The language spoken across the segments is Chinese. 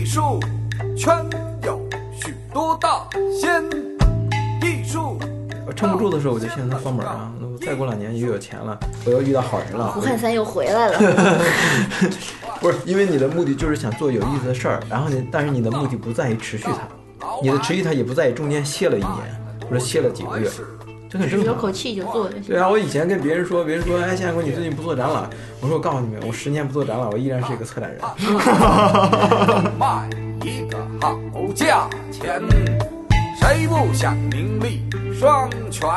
术圈有许多大仙，艺术我撑不住的时候我就现在关门啊，再过2年又有钱了，我又遇到好人了。 胡汉三又回来了。 不是，因为你的目的就是想做有意思的事儿，然后但是你的目的不在于持续它，你的持续它也不在于中间歇了1年或者歇了几个月，这很正常。 有口气就做就行。 对啊，我以前跟别人说，哎，夏国你最近不做展览，我说我告诉你们，我10年不做展览，我依然是一个策展人。 卖一个好价钱，谁不想名利双全？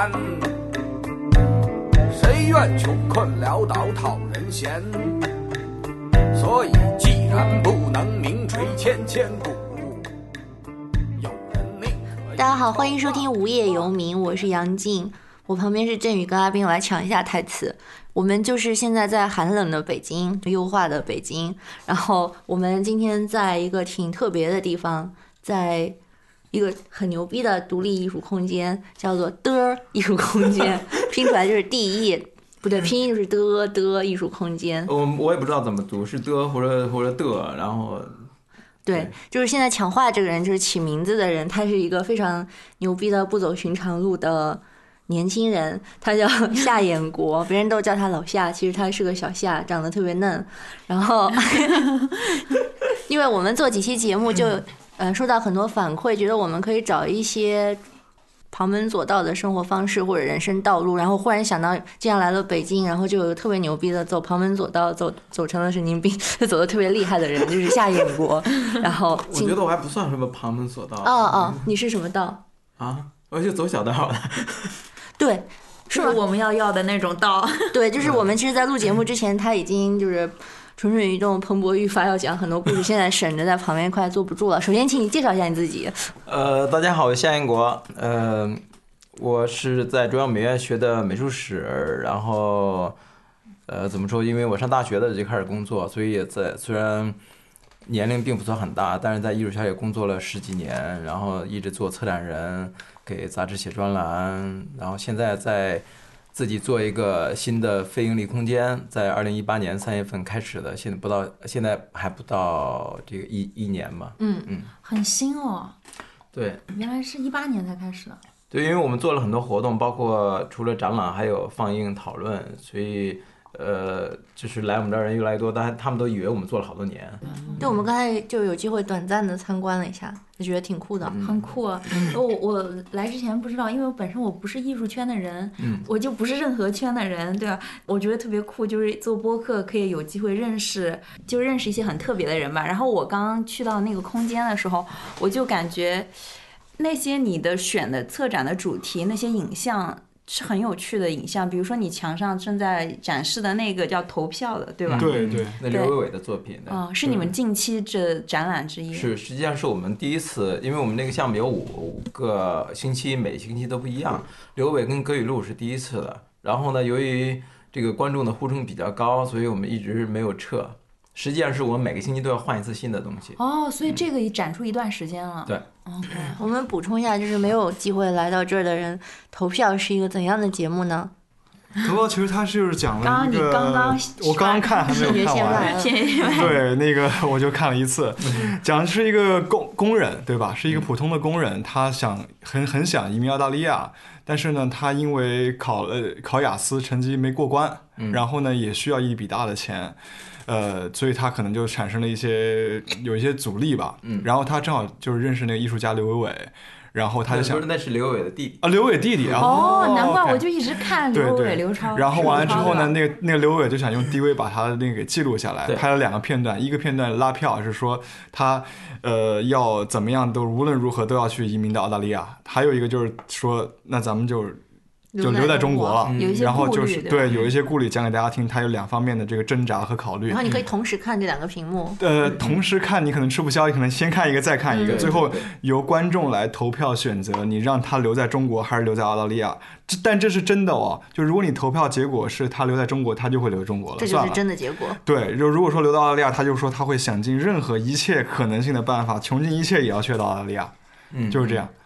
谁愿穷困潦倒讨人嫌？所以既然不能名垂千古，有人宁可。 大家好，欢迎收听无业游民，我是杨静，我旁边是振宇跟阿斌，我来抢一下台词。我们就是现在在寒冷的北京，优化的北京，然后我们今天在一个挺特别的地方，在一个很牛逼的独立艺术空间，叫做的艺术空间，拼出来就是 DE， 不对，拼音就是的艺术空间。 我也不知道怎么读，是的或者的，然后。 对，就是现在抢话这个人，就是起名字的人，他是一个非常牛逼的不走寻常路的年轻人，他叫夏衍国，别人都叫他老夏，其实他是个小夏，长得特别嫩。然后，因为我们做几期节目就收到很多反馈，觉得我们可以找一些旁门左道的生活方式或者人生道路，然后忽然想到既然来了北京，然后就有个特别牛逼的走旁门左道走成了神经病，就走得特别厉害的人，就是夏衍国。然后我觉得我还不算什么旁门左道。 哦，你是什么道啊？我就走小道的。 对， 是我们要的那种道。 对，就是我们其实在录节目之前，他已经就是蠢蠢欲动、蓬勃愈发，要讲很多故事，现在省着在旁边快坐不住了。首先请你介绍一下你自己。 大家好，我是夏衍国，我是在中央美院学的美术史，然后怎么说，因为我上大学的就开始工作，所以也虽然年龄并不算很大，但是在艺术圈也工作了10几年，然后一直做策展人，给杂志写专栏，然后现在在自己做一个新的非盈利空间，在2018年3月份开始的，现在还不到这个一年吧。 很新哦。 对， 原来是18年才开始的。 对，因为我们做了很多活动，包括除了展览还有放映讨论，所以就是来我们这儿人越来越多，但他们都以为我们做了好多年。 对，我们刚才就有机会短暂的参观了一下，就觉得挺酷的。 很酷啊。我来之前不知道，因为我本身我不是艺术圈的人，我就不是任何圈的人，对吧？我觉得特别酷，就是做播客可以有机会认识一些很特别的人吧。然后我刚刚去到那个空间的时候，我就感觉那些你的选的策展的主题，那些影像是很有趣的影像，比如说你墙上正在展示的那个叫投票的，对吧？ 对， 那刘伟伟的作品的。 是你们近期这展览之一。 是，实际上是我们第一次，因为我们那个项目有5个星期，每星期都不一样。刘伟跟葛雨露是第一次的，然后呢，由于这个观众的呼声比较高，所以我们一直没有撤。实际上是我们每个星期都要换一次新的东西。 所以这个也展出一段时间了。 对。 我们补充一下，就是没有机会来到这儿的人，投票是一个怎样的节目呢？ 投票其实它就是讲了一个，我刚刚看还没有看完。对，那个我就看了一次，讲的是一个工人，对吧？是一个普通的工人，他很想移民澳大利亚，但是呢，他因为考雅思成绩没过关，然后呢也需要一笔大的钱。所以他可能就产生了有一些阻力吧。然后他正好就是认识那个艺术家刘伟伟，然后他就想， 不是，那是刘伟的弟弟啊，刘伟弟弟啊。 难怪我就一直看刘伟刘超。 然后完了之后呢，那个刘伟就想用 DV 把他那个给记录下来，拍了2个片段，一个片段拉票是说他要怎么样都无论如何都要去移民到澳大利亚，还有一个就是说那咱们就留在中国了，然后就是对有一些顾虑讲给大家听，它有2方面的这个挣扎和考虑。 然后你可以同时看这2个屏幕。 同时看你可能吃不消，你可能先看一个再看一个，最后由观众来投票选择你让他留在中国还是留在澳大利亚。但这是真的哦，就如果你投票结果是他留在中国，他就会留中国了， 这就是真的结果。 对，如果说留到澳大利亚，他就说他会想尽任何一切可能性的办法，穷尽一切也要去到澳大利亚，就是这样。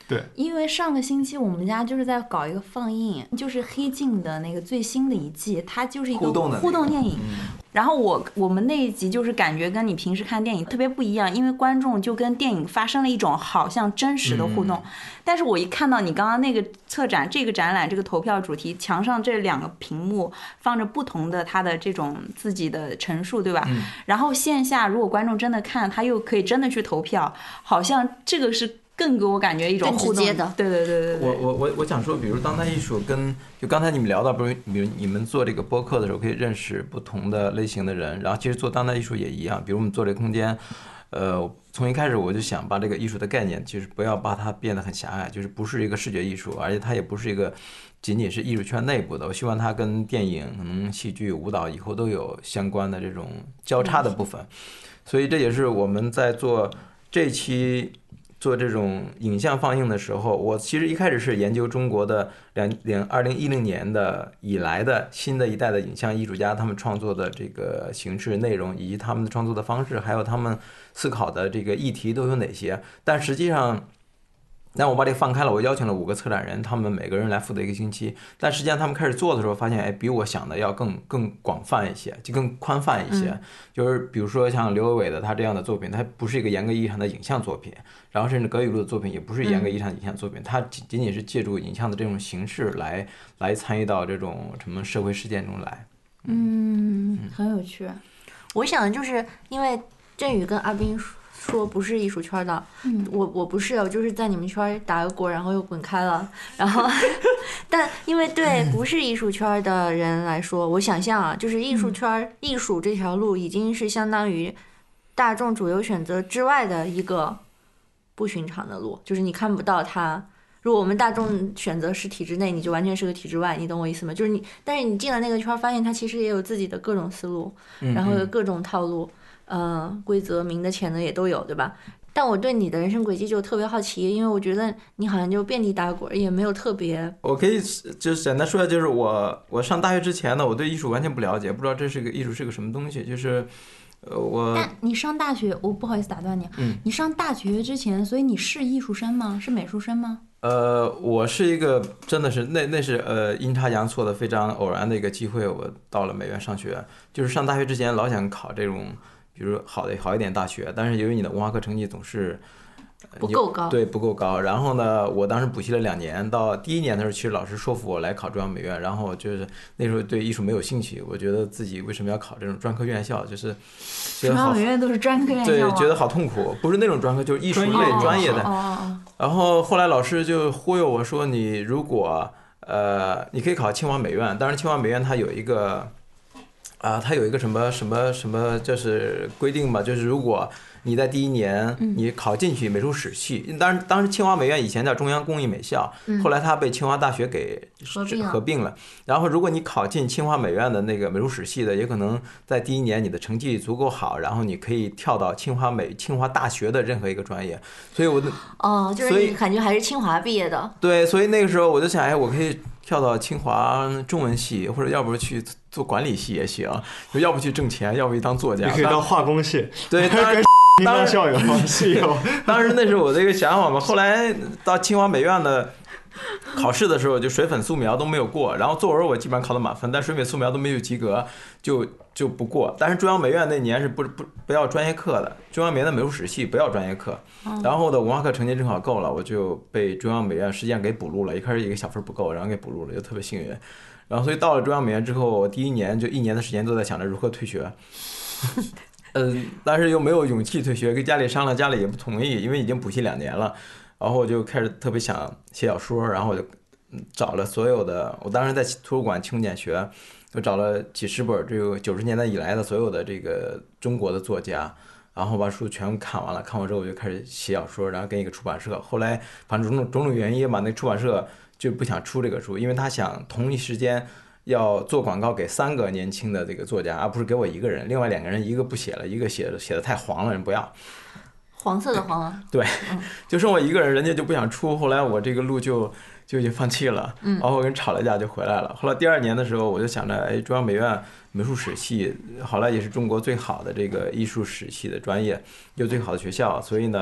对， 因为上个星期我们家就是在搞一个放映，就是黑镜的那个最新的一季，它就是一个互动电影。然后我们那一集就是感觉跟你平时看电影特别不一样，因为观众就跟电影发生了一种好像真实的互动。但是我一看到你刚刚那个策展这个展览这个投票主题，墙上这2个屏幕放着不同的他的这种自己的陈述，对吧？然后线下如果观众真的看，他又可以真的去投票，好像这个是更给我感觉一种互动更直接的。 对。 我想说，比如当代艺术跟就刚才你们聊到，比如你们做这个播客的时候，可以认识不同的类型的人，然后其实做当代艺术也一样。比如我们做这个空间，从一开始我就想把这个艺术的概念，就是不要把它变得很狭隘，就是不是一个视觉艺术，而且它也不是一个仅仅是艺术圈内部的。我希望它跟电影、可能戏剧、舞蹈以后都有相关的这种交叉的部分。所以这也是我们在做这期做这种影像放映的时候，我其实一开始是研究中国的2010年的以来的新的一代的影像艺术家，他们创作的这个形式内容，以及他们的创作的方式，还有他们思考的这个议题都有哪些。但实际上但我把这个放开了，我邀请了5个策展人，他们每个人来负责1个星期。但实际上他们开始做的时候，发现比我想的要更广泛一些，就更宽泛一些。就是比如说像刘伟伟的他这样的作品，它不是一个严格意义上的影像作品，然后甚至葛雨露的作品也不是严格意义上的影像作品，它仅仅是借助影像的这种形式来参与到这种什么社会事件中来。 很有趣。 我想的就是因为振宇跟阿斌说不是艺术圈的，我不是，我就是在你们圈打个滚，然后又滚开了，然后，但因为对不是艺术圈的人来说，我想象啊，就是艺术圈艺术这条路已经是相当于大众主流选择之外的一个不寻常的路，就是你看不到它。如果我们大众选择是体制内，你就完全是个体制外，你懂我意思吗？就是你，但是你进了那个圈，发现它其实也有自己的各种思路，然后有各种套路。规则明的浅的也都有，对吧？但我对你的人生轨迹就特别好奇，因为我觉得你好像就遍地打滚，也没有特别。 我可以就是简单说一下，就是我上大学之前呢，我对艺术完全不了解，不知道这是个艺术是个什么东西，就是但你上大学，我不好意思打断你，你上大学之前，所以你是艺术生吗？是美术生吗？ 我是一个真的是那是阴差阳错的非常偶然的一个机会，我到了美院上学，就是上大学之前老想考这种。比如好一点大学，但是由于你的文化课成绩总是不够高， 对，不够高。然后呢，我当时补习了2年，到第1年的时候，其实老师说服我来考中央美院，然后就是那时候对艺术没有兴趣，我觉得自己为什么要考这种专科院校，就是中央美院都是专科院校， 对，觉得好痛苦，不是那种专科，就是艺术类专业的。然后后来老师就忽悠我说，你如果你可以考清华美院，当然清华美院它有一个。它有一个什么就是规定吧，就是如果你在第1年你考进去美术史系，当时清华美院以前叫中央工艺美校，后来它被清华大学给合并了。然后如果你考进清华美院的那个美术史系的，也可能在第1年你的成绩足够好，然后你可以跳到清华大学的任何一个专业。所以就是你感觉还是清华毕业的。 对，所以那个时候我就想，我可以跳到清华中文系，或者要不去做管理系也行，要不去挣钱，要不去当作家。 你可以当化工系， 对， 当校友系友。 当时那是我的一个想法嘛。后来到清华美院的考试的时候，就水粉素描都没有过，然后作文我基本上考得满分，但水粉素描都没有及格，就不过。但是中央美院那年是不要专业课的，中央美院的美术史系不要专业课，然后我的文化课成绩正好够了，我就被中央美院实际上给补录了。一开始1个小分不够，然后给补录了，就特别幸运。然后所以到了中央美院之后，我第1年就1年的时间都在想着如何退学。但是又没有勇气退学，跟家里商量，家里也不同意，因为已经补习2年了。然后我就开始特别想写小说，然后我就找了所有的，我当时在图书馆清简学，我找了几十本这个90年代以来的所有的这个中国的作家，然后把书全部看完了。看完之后我就开始写小说，然后跟一个出版社，后来反正种种原因吧，那出版社就不想出这个书，因为他想同一时间要做广告给3个年轻的这个作家，而不是给我1个人。另外2个人，一个不写了，一个写的太黄了，人不要。 黄色的黄啊。 对，就剩我1个人，人家就不想出。后来我这个路就已经放弃了，然后我跟人吵了架就回来了。后来第2年的时候，我就想着，中央美院美术史系后来也是中国最好的这个艺术史系的专业，又最好的学校，所以呢，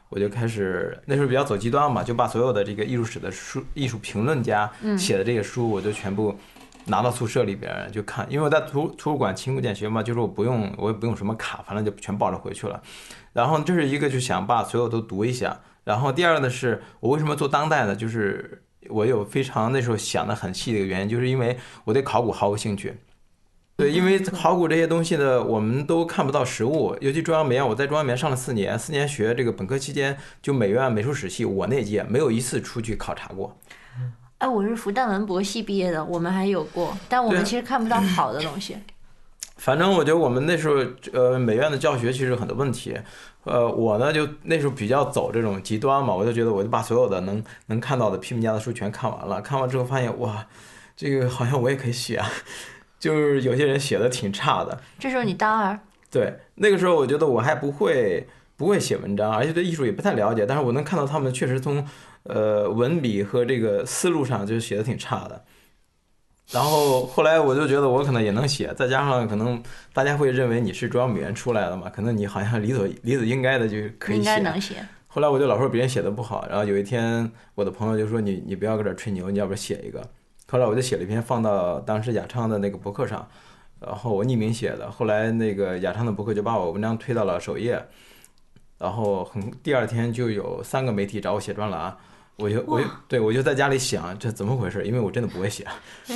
我就开始那时候比较走极端嘛，就把所有的这个艺术史的书、艺术评论家写的这些书，我就全部拿到宿舍里边就看，因为我在图书馆勤工俭学嘛，就是我也不用什么卡，反正就全抱着回去了。然后这是一个就想把所有都读一下，然后第二个呢是我为什么做当代呢？就是我有非常那时候想的很细的一个原因，就是因为我对考古毫无兴趣。对，因为考古这些东西呢，我们都看不到实物，尤其中央美院，我在中央美院上了4年学这个本科期间，就美院美术史系，我那届没有一次出去考察过。 哎，我是复旦文博系毕业的，我们还有过，但我们其实看不到好的东西。 反正我觉得我们那时候美院的教学其实有很多问题，我呢就那时候比较走这种极端嘛，我就觉得我就把所有的能看到的批评家的书全看完了，看完之后发现哇，这个好像我也可以写啊。就是有些人写的挺差的。 这时候你大二？ 对，那个时候我觉得我还不会写文章，而且对艺术也不太了解，但是我能看到他们确实从文笔和这个思路上就写的挺差的。然后后来我就觉得我可能也能写，再加上可能大家会认为你是中央美院出来的嘛，可能你好像理所应该的就可以写， 应该能写。 后来我就老说别人写的不好，然后有一天我的朋友就说你不要搁这吹牛，你要不写一个。后来我就写了一篇放到当时雅昌的那个博客上，然后我匿名写的。后来那个雅昌的博客就把我文章推到了首页，然后第二天就有3个媒体找我写专栏，我就在家里想这怎么回事，因为我真的不会写。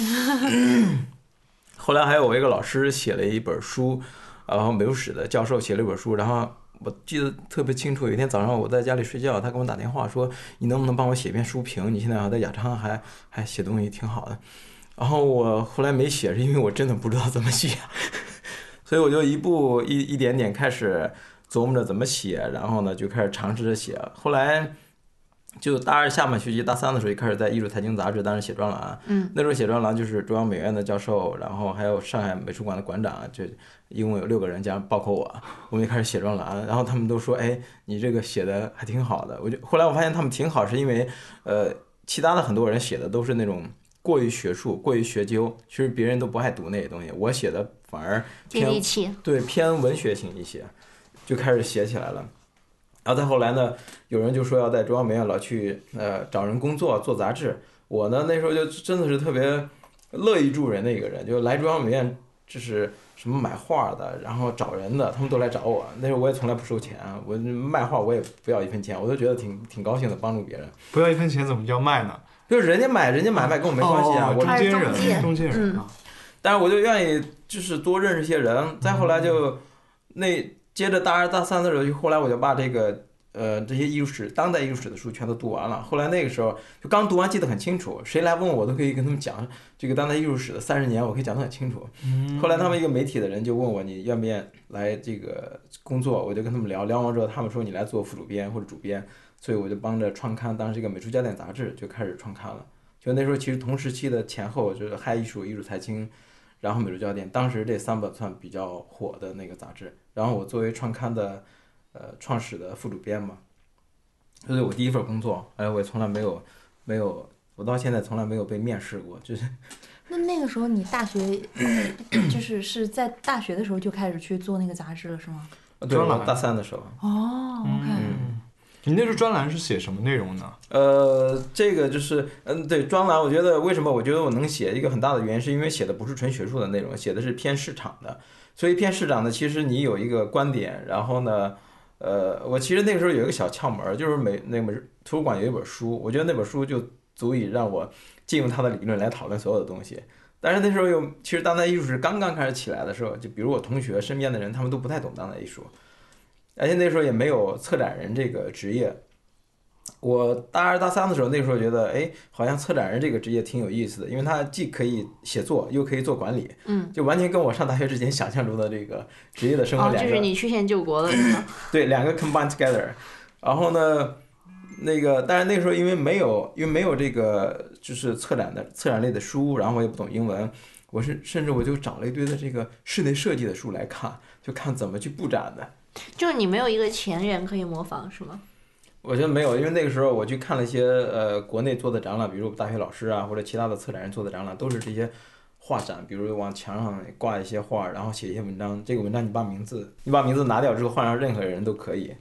后来还有我一个老师写了一本书，然后美术史的教授写了一本书，然后我记得特别清楚，有一天早上我在家里睡觉，他给我打电话说你能不能帮我写一篇书评，你现在好像在雅昌还写东西挺好的。然后我后来没写是因为我真的不知道怎么写，所以我就一点点开始琢磨着怎么写，然后呢就开始尝试着写。后来就大2下半学期大3的时候就开始在艺术财经杂志当时写专栏，那时候写专栏就是中央美院的教授，然后还有上海美术馆的馆长，就一共有6个人，加上包括我们就开始写专栏，然后他们都说哎你这个写的还挺好的。后来我发现他们挺好，是因为其他的很多人写的都是那种过于学术过于学究，其实别人都不爱读那些东西，我写的反而接地气， 对，偏文学性一些，就开始写起来了。然后再后来呢，有人就说要在中央美院老去找人工作做杂志，我呢那时候就真的是特别乐意助人的一个人，就来中央美院就是什么买画的，然后找人的，他们都来找我。那时候我也从来不收钱，我卖画我也不要1分钱，我都觉得挺高兴的，帮助别人。 不要1分钱怎么叫卖呢？ 就是人家买跟我没关系啊，我中间人啊。 但是我就愿意就是多认识一些人。再后来就接着大2大3的时候，后来我就把这个这些当代艺术史的书全都读完了。后来那个时候就刚读完，记得很清楚，谁来问我都可以跟他们讲这个当代艺术史的30年，我可以讲得很清楚。后来他们一个媒体的人就问我你愿不愿意来这个工作，我就跟他们聊完之后，他们说你来做副主编或者主编，所以我就帮着创刊，当时一个美术焦点杂志就开始创刊了。就那时候其实同时期的前后就是嗨艺术、艺术财经，然后美术焦点，当时这3本算比较火的那个杂志。然后我作为创刊的创始的副主编嘛，这是我第一份工作，我也从来没有，我到现在从来没有被面试过，就是。 那个时候你大学是在大学的时候就开始去做那个杂志了是吗？ 对，我大3的时候。 哦 ，OK。 你那时候专栏是写什么内容呢？ 这个就是对专栏，我觉得为什么我觉得我能写一个很大的原因，是因为写的不是纯学术的内容，写的是偏市场的。所以偏市场的，其实你有一个观点，然后呢，我其实那个时候有一个小窍门，就是那个图书馆有一本书，我觉得那本书就足以让我进入它的理论来讨论所有的东西。但是那时候其实当代艺术是刚刚开始起来的时候，就比如我同学身边的人，他们都不太懂当代艺术。而且那时候也没有策展人这个职业。我大2大3的时候，那时候觉得好像策展人这个职业挺有意思的，因为他既可以写作又可以做管理，就完全跟我上大学之前想象中的这个职业的生活两个就是你曲线救国了是吗？ 对，两个 combine together。然后呢但是那个时候因为没有这个就是策展类的书，然后我也不懂英文，甚至我就找了一堆的这个室内设计的书来看，就看怎么去布展的。 就是你没有一个前人可以模仿是吗？ 我觉得没有，因为那个时候我去看了一些国内做的展览，比如大学老师啊或者其他的策展人做的展览，都是这些画展，比如往墙上挂一些画，然后写一些文章。这个文章你把名字拿掉之后换上任何人都可以，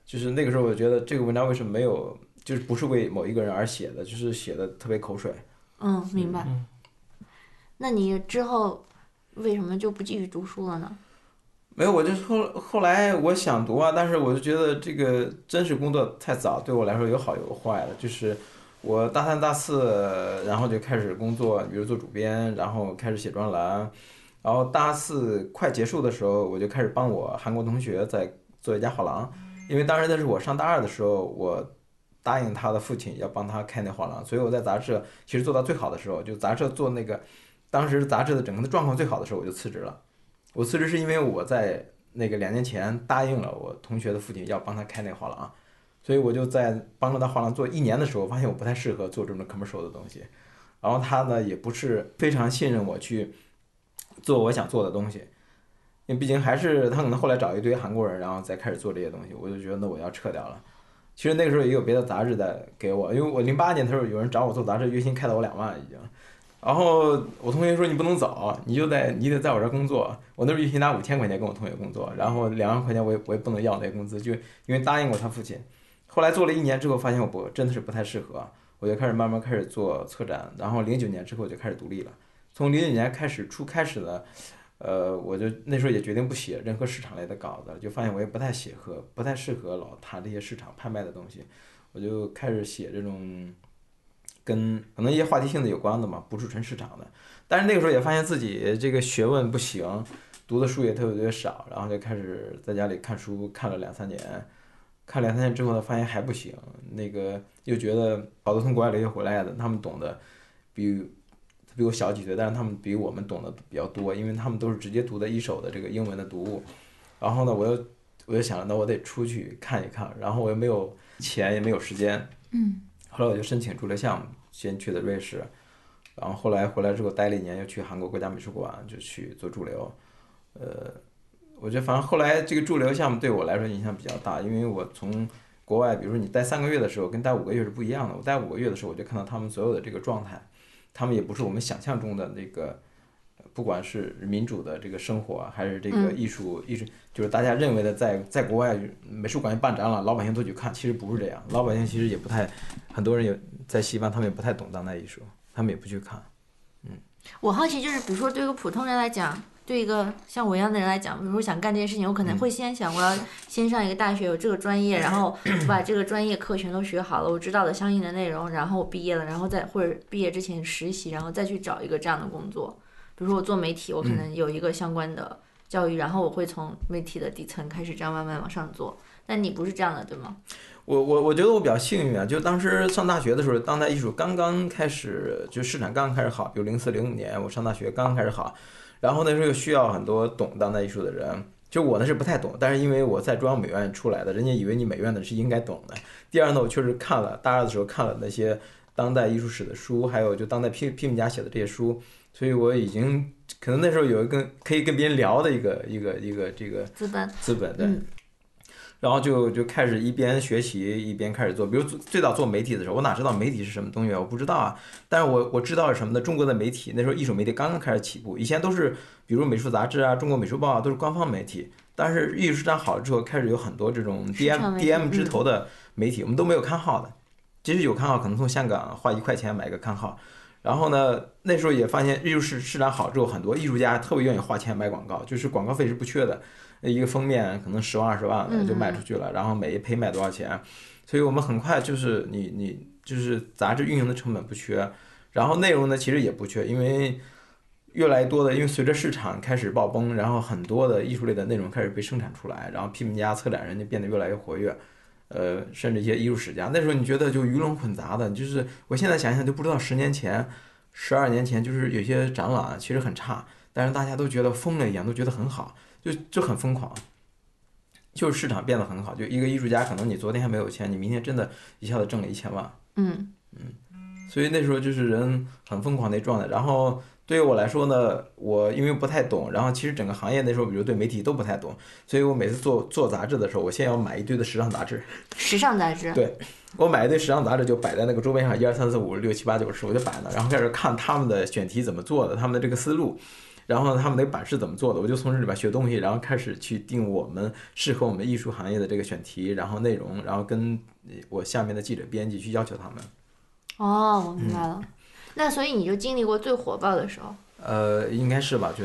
就是那个时候我觉得这个文章为什么没有，就是不是为某一个人而写的，就是写的特别口水。 明白。那你之后为什么就不继续读书了呢？ 没有，我就后来我想读啊，但是我就觉得这个真实工作太早，对我来说有好有坏的。就是我大3大4，然后就开始工作，比如做主编，然后开始写专栏，然后大4快结束的时候，我就开始帮我韩国同学在做一家画廊，因为当时那是我上大2的时候，我答应他的父亲要帮他开那画廊，所以我在杂志其实做到最好的时候，就杂志做那个当时杂志的整个的状况最好的时候，我就辞职了。我辞职是因为我在那个2年前答应了我同学的父亲要帮他开那个画廊，所以我就在帮着他画廊做1年的时候，发现我不太适合做这种 commercial 的东西，然后他呢也不是非常信任我去做我想做的东西，因为毕竟还是他可能后来找一堆韩国人，然后再开始做这些东西，我就觉得那我要撤掉了。其实那个时候也有别的杂志在给我，因为我08年的时候有人找我做杂志，月薪开到我2万已经。然后我同学说你不能走，你得在我这儿工作。我那时候月薪拿5000块钱跟我同学工作，然后2万块钱我也不能要那个工资，就因为答应过他父亲。后来做了1年之后，发现我真的是不太适合，我就慢慢开始做策展，然后09年之后就开始独立了。从09年开始呢，我就那时候也决定不写任何市场类的稿子，就发现我也不太适合老谈这些市场拍卖的东西，我就开始写这种跟可能一些话题性的有关的嘛，不是纯市场的。但是那个时候也发现自己这个学问不行，读的书也特别少，然后就开始在家里看书，看了2-3年。看2-3年之后呢，发现还不行，那个又觉得好多从国外留学回来的，他们懂得比我小几岁，但是他们比我们懂得比较多，因为他们都是直接读的一手的这个英文的读物。然后呢，我就想，那我得出去看一看，然后我又没有钱，也没有时间。后来我就申请驻留项目，先去的瑞士，然后后来回来之后待了1年，又去韩国国家美术馆就去做驻留。我觉得反正后来这个驻留项目对我来说影响比较大，因为我从国外，比如说你待3个月的时候跟待5个月是不一样的。我待5个月的时候，我就看到他们所有的这个状态，他们也不是我们想象中的那个，不管是民主的这个生活，还是这个艺术，就是大家认为的在国外美术馆办展览，老百姓都去看，其实不是这样。老百姓其实也不太，很多人也在西方，他们也不太懂当代艺术，他们也不去看。 我好奇就是，比如说对一个普通人来讲，对一个像我一样的人来讲，比如说想干这件事情，我可能会先想，我要先上一个大学，有这个专业，然后我把这个专业课全都学好了，我知道了相应的内容，然后我毕业了，然后再或者毕业之前实习，然后再去找一个这样的工作。比如说我做媒体，我可能有一个相关的教育，然后我会从媒体的底层开始这样慢慢往上做。但你不是这样的，对吗？ 我觉得我比较幸运啊，就当时上大学的时候，当代艺术刚刚开始，就市场刚刚开始好，比如04、05年我上大学刚刚开始好，然后那时候又需要很多懂当代艺术的人。就我呢是不太懂，但是因为我在中央美院出来的，人家以为你美院的是应该懂的。第二呢，我确实看了大2的时候看了那些当代艺术史的书，还有就当代批评家写的这些书，所以我已经可能那时候有一个可以跟别人聊的一个这个资本对。然后就开始一边学习一边开始做，比如最早做媒体的时候，我哪知道媒体是什么东西啊？我不知道啊。但是我知道是什么呢？中国的媒体那时候艺术媒体刚刚开始起步，以前都是比如美术杂志啊、中国美术报啊都是官方媒体，但是艺术市场好了之后，开始有很多这种 DM 之头的媒体，我们都没有看号的，即使有看号，可能从香港花1块钱买个看号。然后呢，那时候也发现艺术市场好之后，很多艺术家特别愿意花钱买广告，就是广告费是不缺的。一个封面可能10万20万的就卖出去了，然后每一胚卖多少钱，所以我们很快就是你就是杂志运营的成本不缺，然后内容呢其实也不缺，因为越来越多的，因为随着市场开始爆崩，然后很多的艺术类的内容开始被生产出来，然后批评家、策展人就变得越来越活跃，甚至一些艺术史家，那时候你觉得就鱼龙混杂的，就是我现在想想就不知道10年前、12年前，就是有些展览其实很差，但是大家都觉得疯了一样，都觉得很好。就很疯狂，就是市场变得很好。就一个艺术家，可能你昨天还没有钱，你明天真的一下子挣了1000万。所以那时候就是人很疯狂的状态。然后对于我来说呢，我因为不太懂，然后其实整个行业那时候，比如对媒体都不太懂，所以我每次做杂志的时候，我先要买一堆的时尚杂志。 时尚杂志。 对，我买一堆时尚杂志就摆在那个桌面上，1、2、3、4、5、6、7、8、9、10，我就摆那，然后开始看他们的选题怎么做的，他们的这个思路。 然后他们那个版式怎么做的，我就从这里边学东西，然后开始去定我们适合我们艺术行业的这个选题，然后内容，然后跟我下面的记者编辑去要求他们。 哦，我明白了。那所以你就经历过最火爆的时候？ 应该是吧，就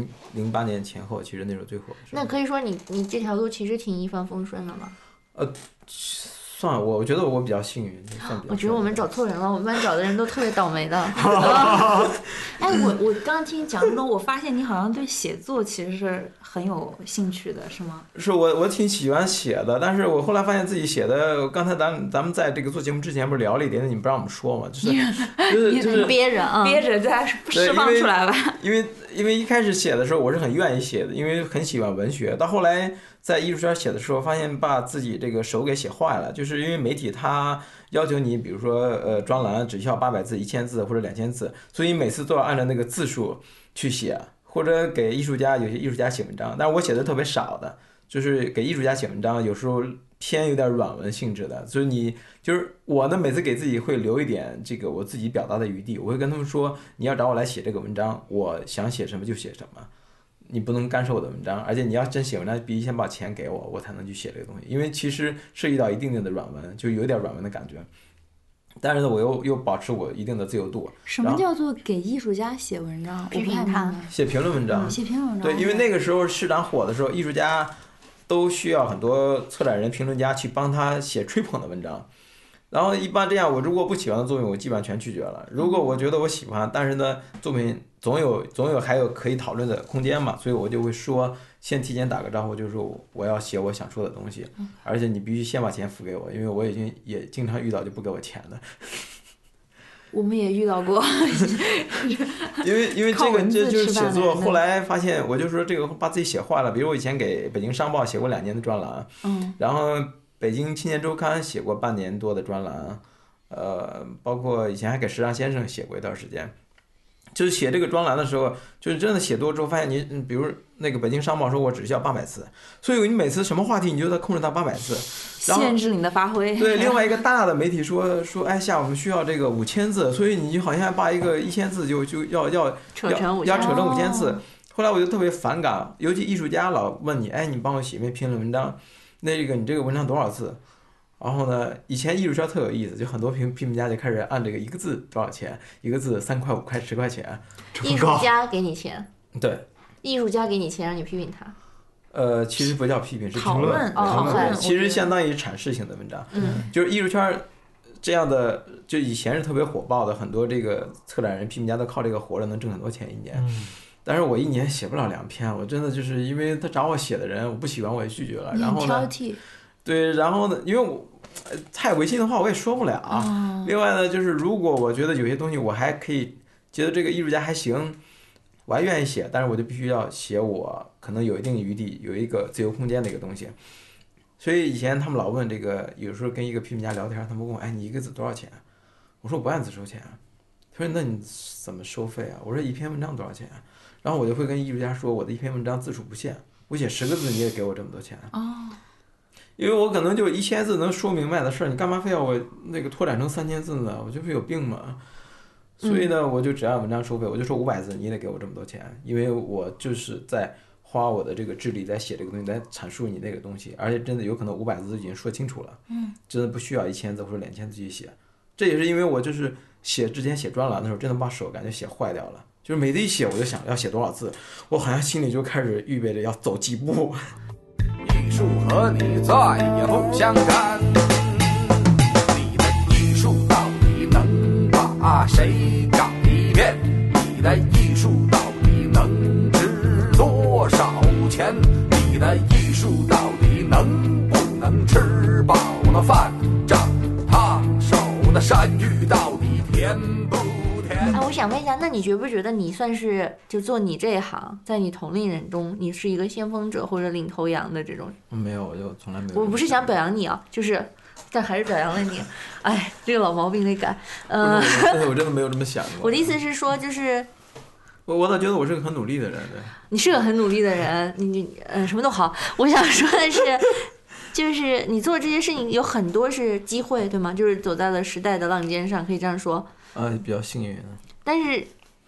08年前后，其实那时候最火的时候。 那可以说你这条路其实挺一帆风顺的吗？ 算了，我觉得我比较幸运，算比较。 我觉得我们找错人了，我们班找的人都特别倒霉的。 哎，我刚刚听讲中，我发现你好像对写作其实是很有兴趣的，是吗？ 是我挺喜欢写的，但是我后来发现自己写的，刚才咱们在这个做节目之前不是聊了一点，你不让我们说嘛，就是憋着啊， 憋着再释放出来吧。 因为一开始写的时候我是很愿意写的，因为很喜欢文学，到后来在艺术圈写的时候，发现把自己这个手给写坏了，就是因为媒体它要求你，比如说专栏只需要800字、1000字或者2000字，所以每次都要按照那个字数去写，或者给艺术家，有些艺术家写文章，但是我写的特别少的，就是给艺术家写文章，有时候偏有点软文性质的，所以就是我呢，每次给自己会留一点这个我自己表达的余地，我会跟他们说，你要找我来写这个文章，我想写什么就写什么。你不能干涉我的文章，而且你要真写文章，必须先把钱给我，我才能去写这个东西。因为其实涉及到一定的软文，就有点软文的感觉。但是呢，我又保持我一定的自由度。 什么叫做给艺术家写文章？ 批评他， 写评论文章。 写评论文章。 对，因为那个时候市场火的时候，艺术家都需要很多策展人、评论家去帮他写吹捧的文章。然后一般这样，我如果不喜欢的作品，我基本上全拒绝了。如果我觉得我喜欢，但是呢，作品总有还有可以讨论的空间嘛，所以我就会说，先提前打个招呼，就是我要写我想说的东西，而且你必须先把钱付给我，因为我也经常遇到就不给我钱的。 我们也遇到过， 因为这个就是写作，后来发现我就说这个把自己写坏了。比如我以前给北京商报写过2年的专栏，然后北京青年周刊写过半年多的专栏，包括以前还给时尚先生写过一段时间。就是写这个专栏的时候，就是真的写多之后，发现你，比如那个北京商报说我只需要800字，所以你每次什么话题你就在控制它800字， 限制你的发挥。 对，另外一个大的媒体说，哎下我们需要这个5000字，所以你就好像把一个1000字就要扯成5000字。后来我就特别反感，尤其艺术家老问你，哎你帮我写一篇评论文章，那个你这个文章多少字？然后呢，以前艺术圈特有意思，就很多评论家就开始按这个一个字多少钱，一个字3块5块10块钱。 艺术家给你钱？ 对， 艺术家给你钱让你批评他。 其实不叫批评，是讨论。 其实相当于阐释性的文章。就是艺术圈这样的，就以前是特别火爆的，很多这个策展人、批评家都靠这个活着，能挣很多钱一年。但是我一年写不了2篇，我真的就是因为他找我写的人，我不喜欢我也拒绝了。然后呢？对，然后呢，因为我太违心的话我也说不了。另外呢，就是如果我觉得有些东西我还可以觉得这个艺术家还行，我还愿意写，但是我就必须要写我可能有一定余地、有一个自由空间的一个东西。所以以前他们老问这个，有时候跟一个批评家聊天，他们问我，哎，你一个字多少钱？我说我不按字收钱。他说那你怎么收费啊？我说一篇文章多少钱？然后我就会跟艺术家说，我的一篇文章字数不限，我写10个字你也给我这么多钱。因为我可能就1000字能说明白的事儿，你干嘛非要我那个拓展成3000字呢？我这不有病吗？所以呢，我就只按文章收费，我就说500字你也得给我这么多钱，因为我就是在花我的这个智力在写这个东西，在阐述你那个东西，而且真的有可能500字已经说清楚了，真的不需要1000字或者2000字去写。这也是因为我就是之前写专栏的时候，真的把手感觉写坏掉了，就是每次一写我就想要写多少字，我好像心里就开始预备着要走几步。 艺术和你再也不相干，你的艺术到底能把谁改变？你的艺术到底能值多少钱？你的艺术到底能不能吃饱了饭？长烫手的山芋到底甜不甜？ 我想问一下，那你觉不觉得你算是就做你这一行，在你同龄人中，你是一个先锋者或者领头羊的这种？ 没有，我就从来没有。 我不是想表扬你啊，就是，但还是表扬了你。哎，这个老毛病得改。 我真的没有这么想过。 我的意思是说，就是我倒觉得我是个很努力的人。对， 你是个很努力的人，你什么都好。我想说的是。就是你做这些事情有很多是机会，对吗？就是走在了时代的浪尖上，可以这样说。 比较幸运。 但是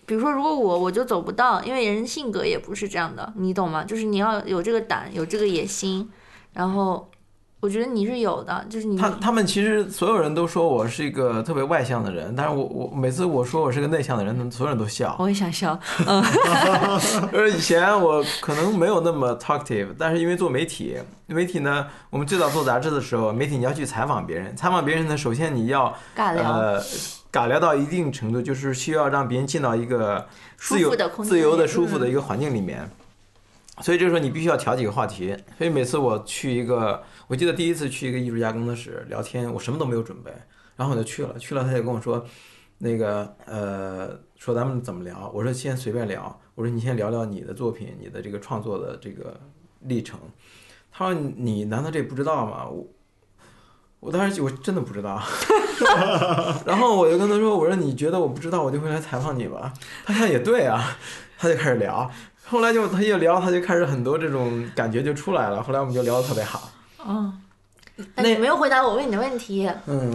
比如说如果我就走不到，因为人性格也不是这样的，你懂吗？就是你要有这个胆，有这个野心，然后我觉得你是有的，就是你他们其实所有人都说我是一个特别外向的人，但是我每次我说我是个内向的人，所有人都笑。 我也想笑， 而以前我可能没有那么 talkative， 但是因为做媒体呢，我们最早做杂志的时候，媒体你要去采访别人呢，首先你要尬聊到一定程度，就是需要让别人进到一个自由的、舒服的一个环境里面。所以这个时候你必须要调几个话题。所以每次我去一个，我记得第一次去一个艺术家工作室聊天，我什么都没有准备，然后我就去了，他就跟我说，那个说咱们怎么聊？我说先随便聊，我说你先聊聊你的作品，你的这个创作的这个历程。他说你难道这不知道吗？我当时我真的不知道，然后我就跟他说，我说你觉得我不知道，我就会来采访你吧。他想也对啊，他就开始聊。后来他一聊，他就开始很多这种感觉就出来了。后来我们就聊得特别好。 那你没有回答我问你的问题。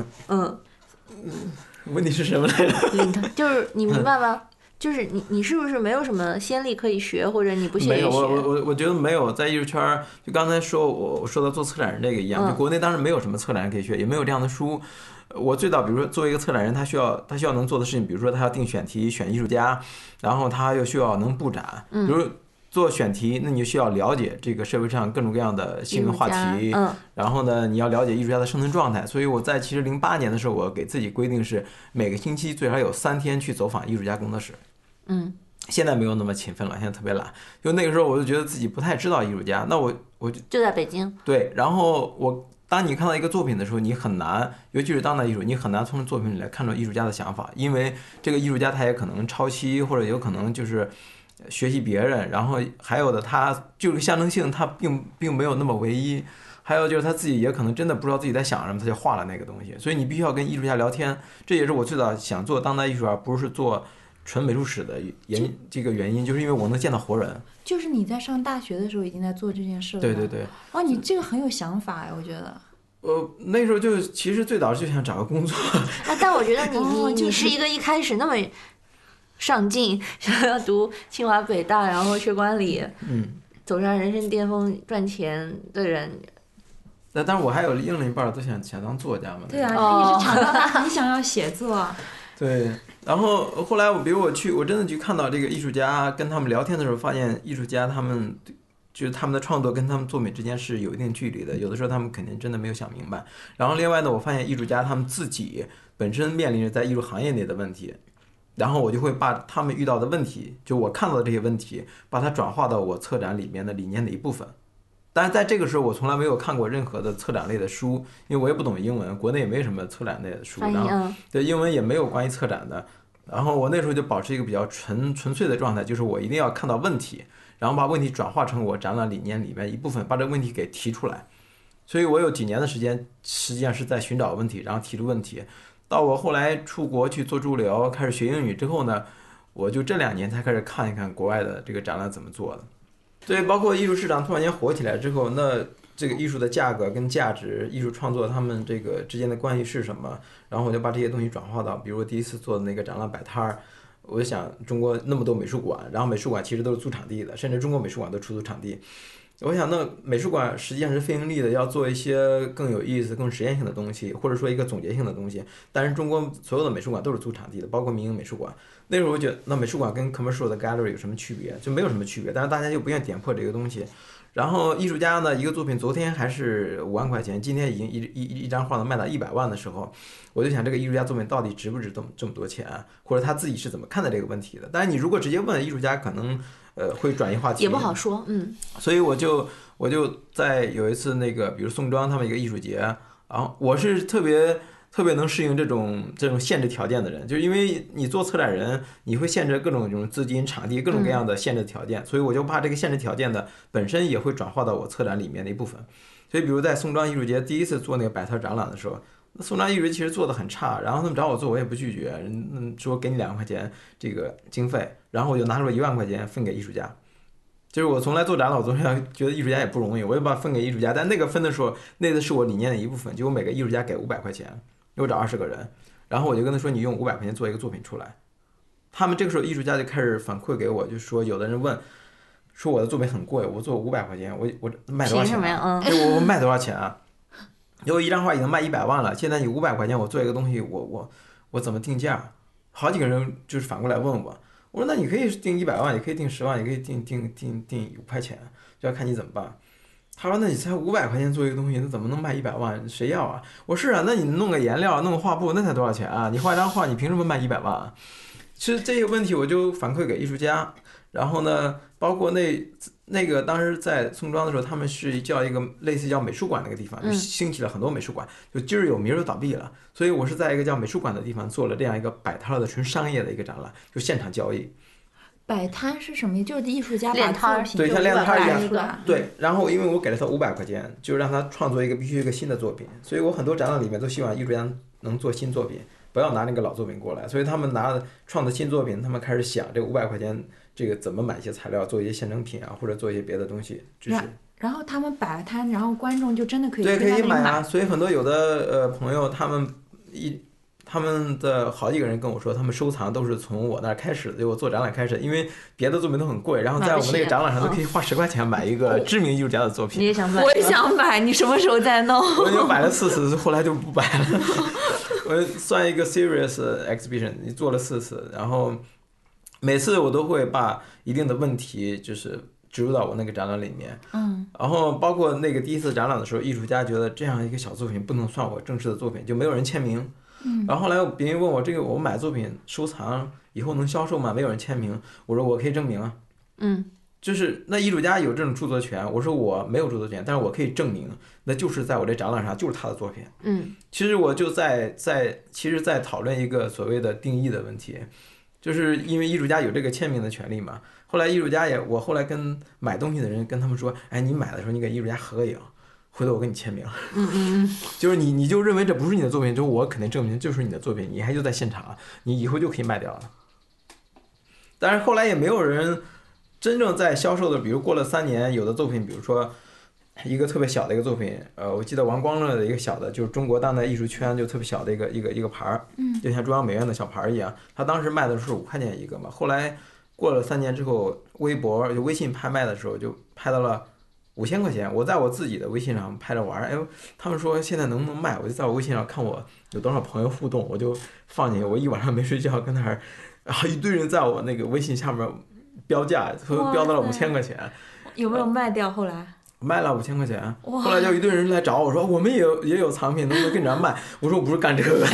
问题是什么来着？ 就是你明白吗？就是你是不是没有什么先例可以学，或者你不屑于学？ 没有，我觉得没有。在艺术圈，就刚才我说到做策展人这个一样，就国内当然没有什么策展人可以学，也没有这样的书。我最早比如说作为一个策展人，他需要能做的事情，比如说他要定选题、选艺术家，然后他又需要能布展。比如做选题，那你就需要了解这个社会上各种各样的新闻话题，然后呢，你要了解艺术家的生存状态。所以我在其实08年的时候，我给自己规定是每个星期最少有3天去走访艺术家工作室。现在没有那么勤奋了，现在特别懒。就那个时候，我就觉得自己不太知道艺术家，那我就在北京。 对，然后当你看到一个作品的时候，你很难，尤其是当代艺术，你很难从作品里来看出艺术家的想法，因为这个艺术家他也可能抄袭，或者有可能就是学习别人，然后还有的他就是象征性，他并没有那么唯一，还有就是他自己也可能真的不知道自己在想什么，他就画了那个东西。所以你必须要跟艺术家聊天，这也是我最早想做当代艺术而不是做纯美术史的这个原因，就是因为我能见到活人。 就是你在上大学的时候已经在做这件事了。 对。 哦，你这个很有想法哎，我觉得。 那时候就其实最早就想找个工作。 但我觉得你是一个一开始那么上进，想要读清华北大，然后学管理，走上人生巅峰赚钱的人。 但是我还有另一半都想当作家嘛。 对啊，你是想到他很想要写作。 对。然后后来我真的去看到这个艺术家，跟他们聊天的时候，发现艺术家他们就是他们的创作跟他们作品之间是有一定距离的，有的时候他们肯定真的没有想明白。然后另外呢，我发现艺术家他们自己本身面临着在艺术行业内的问题，然后我就会把他们遇到的问题，就我看到的这些问题，把它转化到我策展里面的理念的一部分。但是在这个时候，我从来没有看过任何的策展类的书，因为我也不懂英文，国内也没什么策展类的书，然后对英文也没有关于策展的。然后我那时候就保持一个比较纯粹的状态，就是我一定要看到问题，然后把问题转化成我展览理念里面一部分，把这个问题给提出来。所以我有几年的时间，实际上是在寻找问题，然后提出问题。到我后来出国去做驻留，开始学英语之后呢，我就这2年才开始看一看国外的这个展览怎么做的。对，包括艺术市场突然间火起来之后，那这个艺术的价格跟价值、艺术创作他们这个之间的关系是什么？然后我就把这些东西转化到，比如我第一次做的那个展览摆摊儿，我就想中国那么多美术馆，然后美术馆其实都是租场地的，甚至中国美术馆都出租场地。我想那美术馆实际上是非盈利的，要做一些更有意思、更实验性的东西，或者说一个总结性的东西。但是中国所有的美术馆都是租场地的，包括民营美术馆。那时候我觉得，那美术馆跟 commercial 的 gallery 有什么区别？就没有什么区别，但是大家就不愿意点破这个东西。然后艺术家呢，一个作品昨天还是5万块钱，今天已经一张画能卖到100万的时候，我就想这个艺术家作品到底值不值这么多钱，或者他自己是怎么看待这个问题的？但是你如果直接问艺术家，可能会转移话题， 也不好说。 所以我就在有一次那个，比如宋庄他们一个艺术节，然后我是特别能适应这种限制条件的人，就是因为你做策展人，你会限制各种这种资金、场地各种各样的限制条件，所以我就怕这个限制条件的本身也会转化到我策展里面的一部分。所以比如在宋庄艺术节第一次做那个摆摊展览的时候，宋庄艺术节其实做的很差，然后他们找我做，我也不拒绝，说给你2万块钱这个经费，然后我就拿出了1万块钱分给艺术家。就是我从来做展览，我总是觉得艺术家也不容易，我就把分给艺术家，但那个分的时候，那个是我理念的一部分，就我每个艺术家给500块钱，我找20个人，然后我就跟他说，你用500块钱做一个作品出来， 他们这个时候艺术家就开始反馈给我，就是说有的人问说我的作品很贵，我做500块钱，我卖多少钱啊？我卖多少钱啊？有一张画已经卖100万了，现在你500块钱我做一个东西，我怎么定价？好几个人就是反过来问我，我说那你可以定100万，也可以定10万，也可以定5块钱，就要看你怎么办。他说那你才500块钱做一个东西，那怎么能卖100万？谁要啊？我说是啊，那你弄个颜料，弄个画布，那才多少钱啊？你画一张画，你凭什么卖100万啊？其实这个问题我就反馈给艺术家，然后呢，包括那个当时在宋庄的时候，他们是叫一个类似叫美术馆那个地方，就兴起了很多美术馆，就今儿有明儿就倒闭了。所以我是在一个叫美术馆的地方做了这样一个摆摊的纯商业的一个展览，就现场交易。 摆摊是什么？就是艺术家练摊， 对，像练摊一样。对，然后因为我给了他500块钱，就让他创作必须一个新的作品，所以我很多展览里面都希望艺术家能做新作品，不要拿那个老作品过来。所以他们创的新作品，他们开始想这个500块钱这个怎么买一些材料，做一些现成品啊，或者做一些别的东西。 然后他们摆了摊，然后观众就真的可以对，可以买啊。所以很多有的朋友他们的好几个人跟我说，他们收藏都是从我那儿开始的，就我做展览开始，因为别的作品都很贵，然后在我们那个展览上都可以花10块钱买一个知名艺术家的作品。 你也想买？ 我也想买，你什么时候再弄？ 我就摆了4次，后来就不摆了。我算一个 serious exhibition， 你做了4次，然后每次我都会把一定的问题就是植入到我那个展览里面。然后包括那个第一次展览的时候，艺术家觉得这样一个小作品不能算我正式的作品，就没有人签名。然后后来别人问我这个我买作品收藏以后能销售吗？没有人签名。我说我可以证明啊。就是那艺术家有这种著作权，我说我没有著作权，但是我可以证明，那就是在我这展览上就是他的作品。其实我就在讨论一个所谓的定义的问题，就是因为艺术家有这个签名的权利嘛。后来艺术家我后来跟买东西的人跟他们说，哎，你买的时候你给艺术家合个影。回头我给你签名。就是你就认为这不是你的作品，就我肯定证明就是你的作品，你还就在现场，你以后就可以卖掉了。但是后来也没有人真正在销售的，比如过了3年，有的作品，比如说一个特别小的一个作品，我记得王光乐的一个小的，就是中国当代艺术圈就特别小的一个牌儿，就像中央美院的小牌儿一样，他当时卖的是5块钱一个嘛，后来过了3年之后，微信拍卖的时候就拍到了5000块钱，我在我自己的微信上拍着玩，哎，他们说现在能不能卖，我就在我微信上看我有多少朋友互动，我就放进去，我一晚上没睡觉跟那儿，然后一堆人在我那个微信下面标价，标到了5000块钱。 有没有卖掉？后来卖了5000块钱，后来就一堆人来找我说，我们也有藏品，能不能跟你这卖？我说我不是干这个的。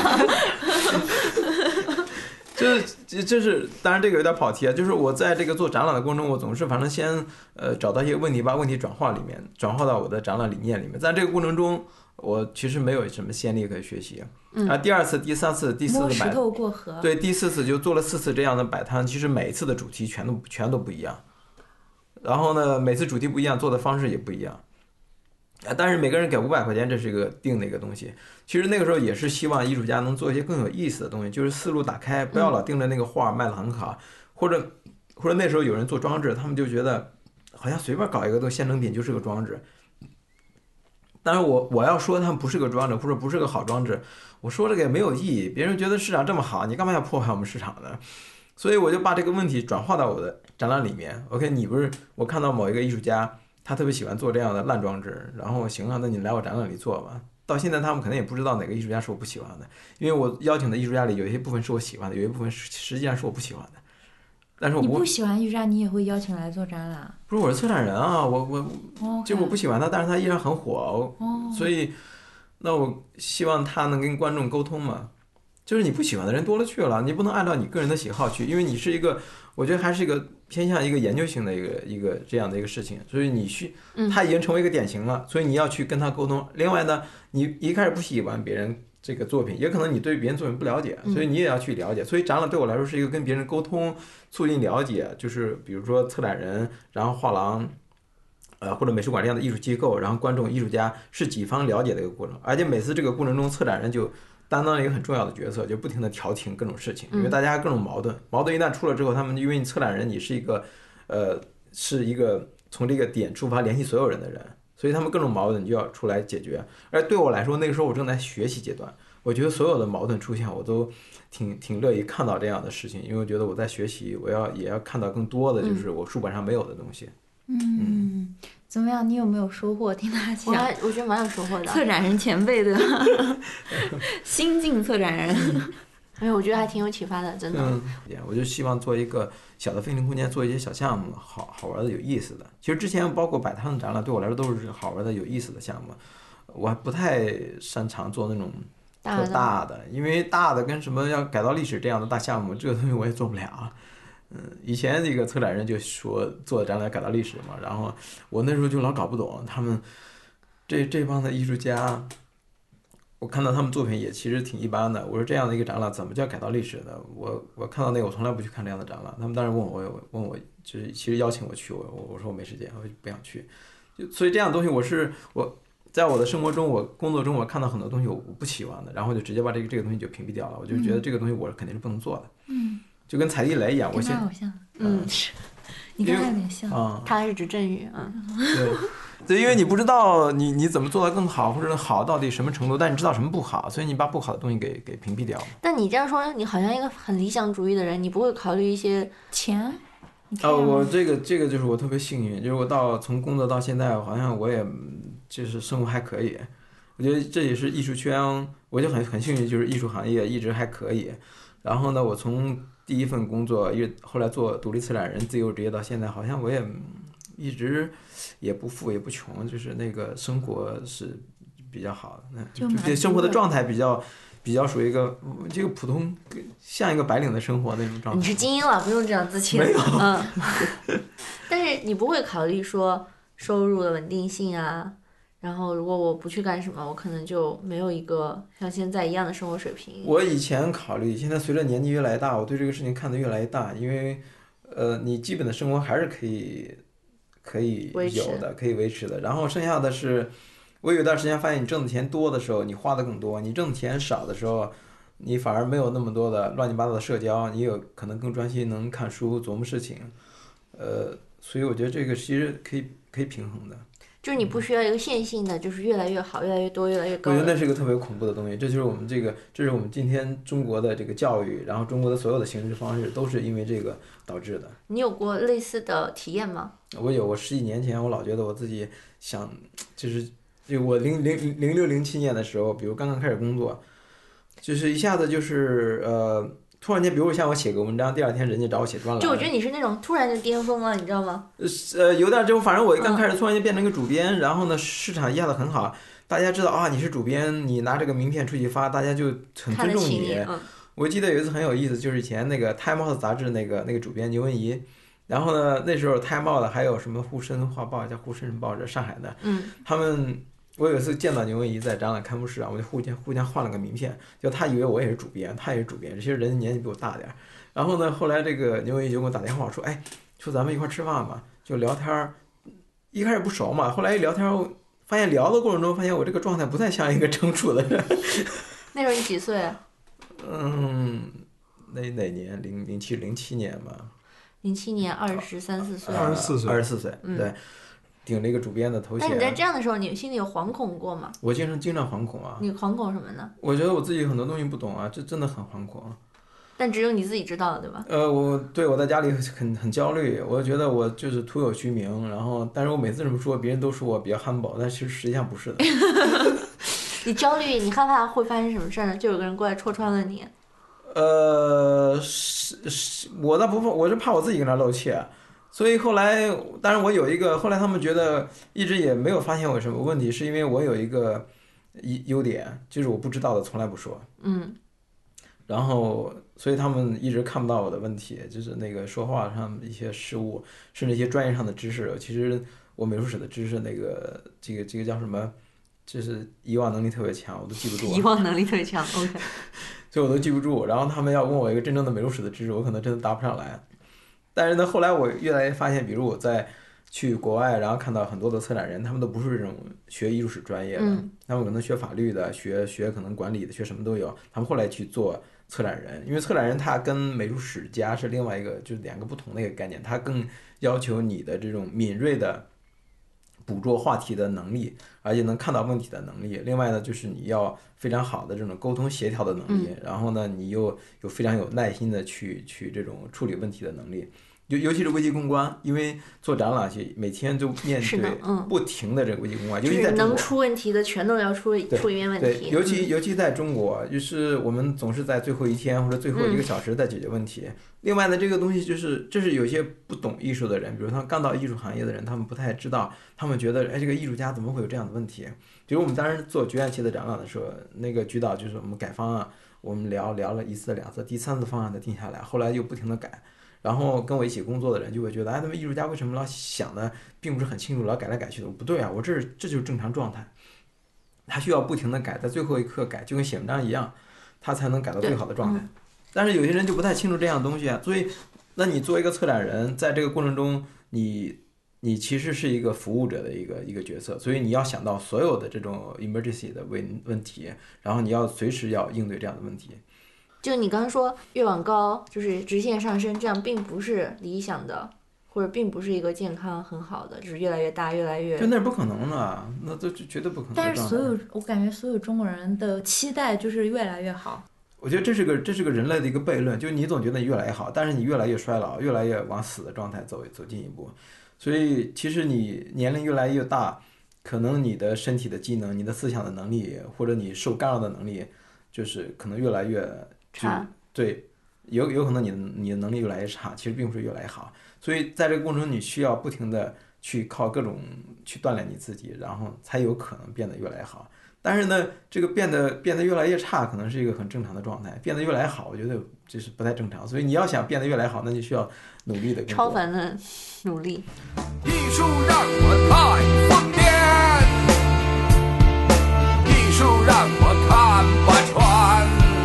就是当然这个有点跑题啊，就是我在这个做展览的过程中，我总是反正先找到一些问题，把问题转化到我的展览理念里面。在这个过程中，我其实没有什么先例可以学习。第2次、第3次、第4次摸石头过河。 对，第4次就做了4次这样的摆摊，其实每一次的主题全都不一样。然后呢，每次主题不一样，做的方式也不一样。但是每个人给500块钱，这是一个定的一个东西。其实那个时候也是希望艺术家能做一些更有意思的东西，就是思路打开，不要老盯着那个画卖的很好，或者那时候有人做装置，他们就觉得好像随便搞一个都现成品就是个装置。但是我要说他们不是个装置，或者不是个好装置，我说这个也没有意义，别人觉得市场这么好，你干嘛要破坏我们市场呢？所以我就把这个问题转化到我的展览里面。OK， 我看到某一个艺术家，他特别喜欢做这样的烂装置，然后行啊，那你来我展览里做吧。到现在他们可能也不知道哪个艺术家是我不喜欢的，因为我邀请的艺术家里有一些部分是我喜欢的，有一部分实际上是我不喜欢的。但是你不喜欢艺术家，你也会邀请来做展览？ 不是，我是策展人啊，就我不喜欢他，但是他依然很火，所以那我希望他能跟观众沟通嘛。就是你不喜欢的人多了去了，你不能按照你个人的喜好去，因为你是一个，我觉得还是一个偏向一个研究性的一个这样的一个事情，所以他已经成为一个典型了，所以你要去跟他沟通。另外呢，你一开始不喜欢别人这个作品，也可能你对别人作品不了解，所以你也要去了解。所以展览对我来说是一个跟别人沟通、促进了解，就是比如说策展人，然后画廊，或者美术馆这样的艺术机构，然后观众、艺术家是几方了解的一个过程，而且每次这个过程中，策展人就担当了一个很重要的角色，就不停地调停各种事情，因为大家各种矛盾一旦出了之后，他们因为你策展人你是一个从这个点出发联系所有人的人， 所以他们各种矛盾就要出来解决。而对我来说，那个时候我正在学习阶段，我觉得所有的矛盾出现，我都挺乐意看到这样的事情，因为我觉得我在学习，也要看到更多的就是我书本上没有的东西。 怎么样？你有没有收获？听他讲， 我觉得蛮有收获的。 策展人前辈的新晋策展人， 没有，我觉得还挺有启发的，真的。 我就希望做一个小的飞行空间，做一些小项目，好玩的、有意思的。其实之前包括摆摊的展览，对我来说都是好玩的、有意思的项目。我还不太擅长做那种特大的，因为大的跟什么要改造历史这样的大项目，这个东西我也做不了。以前这个策展人就说做展览改造历史嘛，然后我那时候就老搞不懂他们这帮的艺术家，我看到他们作品也其实挺一般的。我说这样的一个展览怎么叫改造历史的？我看到那个我从来不去看这样的展览。他们当时问我，就是其实邀请我去，我说我没时间，我不想去。所以这样的东西我在我的生活中，我工作中我看到很多东西我不喜欢的，然后就直接把这个东西就屏蔽掉了。我就觉得这个东西我肯定是不能做的。就跟踩地雷一样，我跟他好像，你跟他有点像， 他是指振宇， 对，因为你不知道你怎么做得更好，或者好到底什么程度，但你知道什么不好，所以你把不好的东西给屏蔽掉。 但你这样说，你好像一个很理想主义的人，你不会考虑一些钱？ 我这个就是我特别幸运，就是我从工作到现在，好像我也就是生活还可以。我觉得这也是艺术圈，我就很幸运，就是艺术行业一直还可以。然后呢，我从第一份工作后来做独立策展人、自由职业到现在，好像我也一直也不富也不穷，就是那个生活是比较好的，就生活的状态比较属于一个这个普通像一个白领的生活那种状态。 你是精英了，不用这样自谦。 没有， 但是你不会考虑说收入的稳定性啊？然后如果我不去干什么，我可能就没有一个像现在一样的生活水平。 我以前考虑，现在随着年纪越来越大，我对这个事情看得越来越大，因为你基本的生活还是可以有的，可以维持的。然后剩下的是，我有段时间发现，你挣的钱多的时候，你花的更多；你挣的钱少的时候，你反而没有那么多的乱七八糟的社交，你有可能更专心能看书、琢磨事情。所以我觉得这个其实可以平衡的。 就是你不需要一个线性的，就是越来越好、越来越多、越来越高。 我觉得那是一个特别恐怖的东西，这是我们今天中国的这个教育，然后中国的所有的行事方式都是因为这个导致的。 你有过类似的体验吗？ 我10几年前，我老觉得我自己想，就我06、07年的时候，比如刚刚开始工作，就是一下子就是突然间，比如像我写个文章，第二天人家找我写专栏。 就我觉得你是那种突然就巅峰了，你知道吗？ 有点这种，反正我刚开始突然间变成一个主编，然后呢市场一下子很好，大家知道啊你是主编，你拿这个名片出去发，大家就很尊重你。我记得有一次很有意思，就是以前那个《Time Out》杂志那个主编牛文怡，然后呢那时候《Time Out》还有什么沪深画报叫沪深报纸，上海的，他们。我有一次见到牛文怡在展览开幕式啊，我就互相换了个名片，就他以为我也是主编，他也是主编，其实人家年纪比我大点。然后呢，后来这个牛文怡就给我打电话说，哎，说咱们一块吃饭吧，就聊天。一开始不熟嘛，后来一聊天，发现聊的过程中发现我这个状态不太像一个成熟的人。 那时候你几岁？ 哪年？07年吧。 07年23、24岁。 24岁，对。顶了一个主编的头衔。 但你在这样的时候，你心里有惶恐过吗？ 我经常惶恐啊。 你惶恐什么呢？ 我觉得我自己很多东西不懂啊，这真的很惶恐。 但只有你自己知道了，对吧？ 我在家里很焦虑，我觉得我就是徒有虚名，然后但是我每次这么说，别人都说我比较humble，但其实实际上不是的。 你焦虑，你害怕会发生什么事儿呢？就有个人过来戳穿了你。 我倒不怕，我是怕我自己跟他露怯。所以后来，当然我有一个，后来他们觉得一直也没有发现我有什么问题，是因为我有一个优点，就是我不知道的从来不说。然后，所以他们一直看不到我的问题，就是那个说话上一些失误，甚至一些专业上的知识。其实我美术史的知识，这个叫什么，就是遗忘能力特别强，我都记不住。 遗忘能力特别强 ，OK。 所以我都记不住。然后他们要问我一个真正的美术史的知识，我可能真的答不上来。但是呢，后来我越来越发现，比如我在去国外，然后看到很多的策展人，他们都不是这种学艺术史专业的，他们可能学法律的，学可能管理的，学什么都有。他们后来去做策展人，因为策展人他跟美术史家是另外一个，就是两个不同的一个概念，他更要求你的这种敏锐的捕捉话题的能力，而且能看到问题的能力。另外呢，就是你要非常好的这种沟通协调的能力，然后呢，你又有非常有耐心的去这种处理问题的能力。尤其是危机公关，因为做展览去每天就面对不停的这个危机公关，尤其在中国， 能出问题的全都要出一遍问题。 对，尤其在中国，就是我们总是在最后一天或者最后1个小时在解决问题。另外呢，这个东西这是有些不懂艺术的人，比如他刚到艺术行业的人，他们不太知道，他们觉得这个艺术家怎么会有这样的问题？比如我们当时做局外期的展览的时候，那个局导就是我们改方案，我们聊了1次2次，第3次方案才定下来，后来又不停的改。然后跟我一起工作的人就会觉得，他们艺术家为什么老想的并不是很清楚，老改来改去的？不对啊，我这就是正常状态。他需要不停的改，在最后一刻改，就跟写文章一样，他才能改到最好的状态。但是有些人就不太清楚这样的东西啊，所以，那你作为一个策展人，在这个过程中，你其实是一个服务者的一个角色，所以你要想到所有的这种 emergency 的问题，然后你要随时要应对这样的问题。 就你刚刚说越往高就是直线上升，这样并不是理想的，或者并不是一个健康很好的，就是越来越大越来越， 就那是不可能的，那都绝对不可能。 但是我感觉所有中国人的期待就是越来越好。 我觉得这是个人类的一个悖论，就你总觉得你越来越好，但是你越来越衰老，越来越往死的状态走进一步。所以其实你年龄越来越大，可能你的身体的机能、你的思想的能力，或者你受干扰的能力，就是可能越来越差。 对，有可能你的能力越来越差，其实并不是越来越好。所以在这个过程中，你需要不停的去靠各种去锻炼你自己，然后才有可能变得越来越好。但是呢，这个变得越来越差，可能是一个很正常的状态。变得越来越好，我觉得这是不太正常。所以你要想变得越来越好，那就需要努力的超凡的努力。 艺术让我太疯癫，艺术让我看不穿，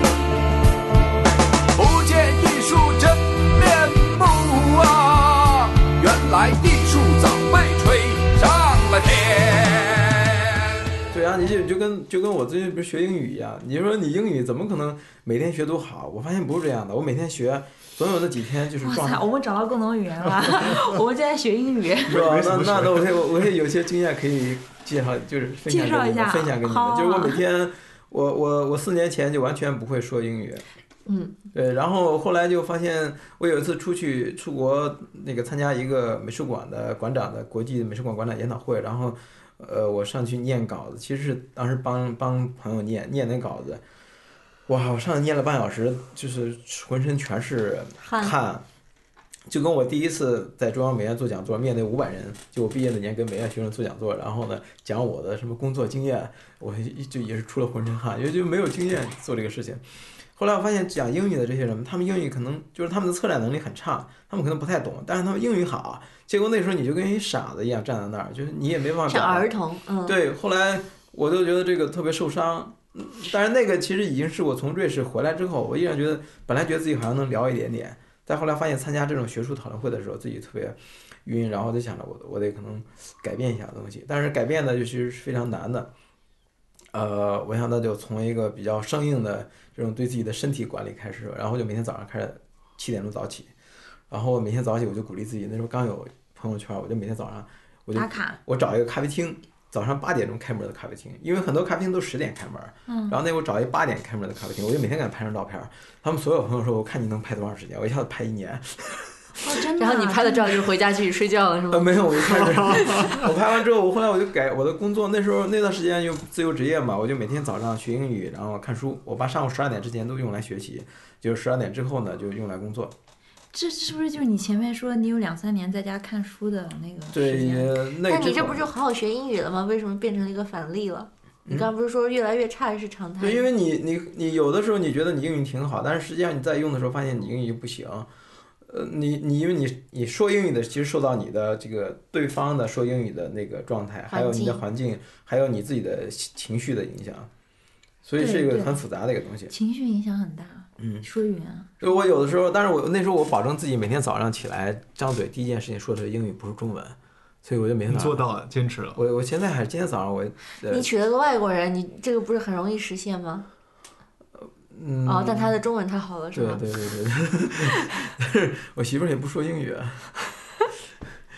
不见艺术真面目啊！原来艺术早被吹上了天。 对啊，你就跟我最近不是学英语一样，你说你英语怎么可能每天学都好？我发现不是这样的，我每天学，总有那几天就是状态。 我们找到共同语言了，我们在学英语。 是吧？那我可以有些经验可以介绍，就是分享给你们，就是我每天，我4年前就完全不会说英语。对，然后后来就发现，我有一次出国那个参加一个美术馆的馆长的国际美术馆馆长研讨会，然后。我上去念稿子，其实是当时帮朋友念那稿子，哇！我上去念了半小时，就是浑身全是汗，就跟我第一次在中央美院做讲座，面对500人，就我毕业那年跟美院学生做讲座，然后呢讲我的什么工作经验，我就也是出了浑身汗，因为就没有经验做这个事情。后来我发现讲英语的这些人，他们英语可能就是他们的策展能力很差，他们可能不太懂，但是他们英语好。结果那时候你就跟一傻子一样站在那儿，就是你也没办法。 像儿童， 对，后来我就觉得这个特别受伤。但是那个其实已经是我从瑞士回来之后，我依然觉得本来觉得自己好像能聊一点点，但后来发现参加这种学术讨论会的时候，自己特别晕，然后就想着我得可能改变一下东西。但是改变呢，就其实是非常难的。我想那就从一个比较生硬的这种对自己的身体管理开始，然后就每天早上开始7点钟早起，然后每天早起我就鼓励自己，那时候刚有朋友圈，我就每天早上我找一个咖啡厅，早上8点钟开门的咖啡厅，因为很多咖啡厅都10点开门，然后我找一8点开门的咖啡厅，我就每天给他拍张照片，他们所有朋友说我看你能拍多长时间，我一下子拍1年。 真的。 然后你拍的照就是回家继续睡觉了是吗？ 没有，我拍完之后，后来我就改我的工作。那时候那段时间就自由职业嘛，我就每天早上学英语，然后看书。我把上午12点之前都用来学习，就是12点之后呢就用来工作。 这是不是就是你前面说你有2-3年在家看书的那个时间？对， 那你这不就好好学英语了吗？为什么变成了一个反例了？你刚刚不是说越来越差是常态？ 对，因为你有的时候你觉得你英语挺好，但是实际上你在用的时候发现你英语不行。你因为你说英语的，其实受到你的这个对方的说英语的那个状态，还有你的环境，还有你自己的情绪的影响，所以是一个很复杂的一个东西。 情绪影响很大。说语言。 所以我有的时候，但是那时候我保证自己每天早上起来张嘴第一件事情说的是英语，不是中文，所以我就每天做到了，坚持了。 我现在还是今天早上我。 你娶了个外国人，你这个不是很容易实现吗？但他的中文太好了，是吗？ 对。我媳妇儿也不说英语，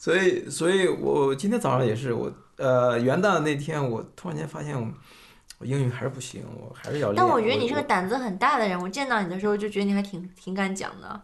所以我今天早上也是元旦那天，我突然间发现我英语还是不行，我还是要练。 但我觉得你是个胆子很大的人，我见到你的时候就觉得你还挺敢讲的。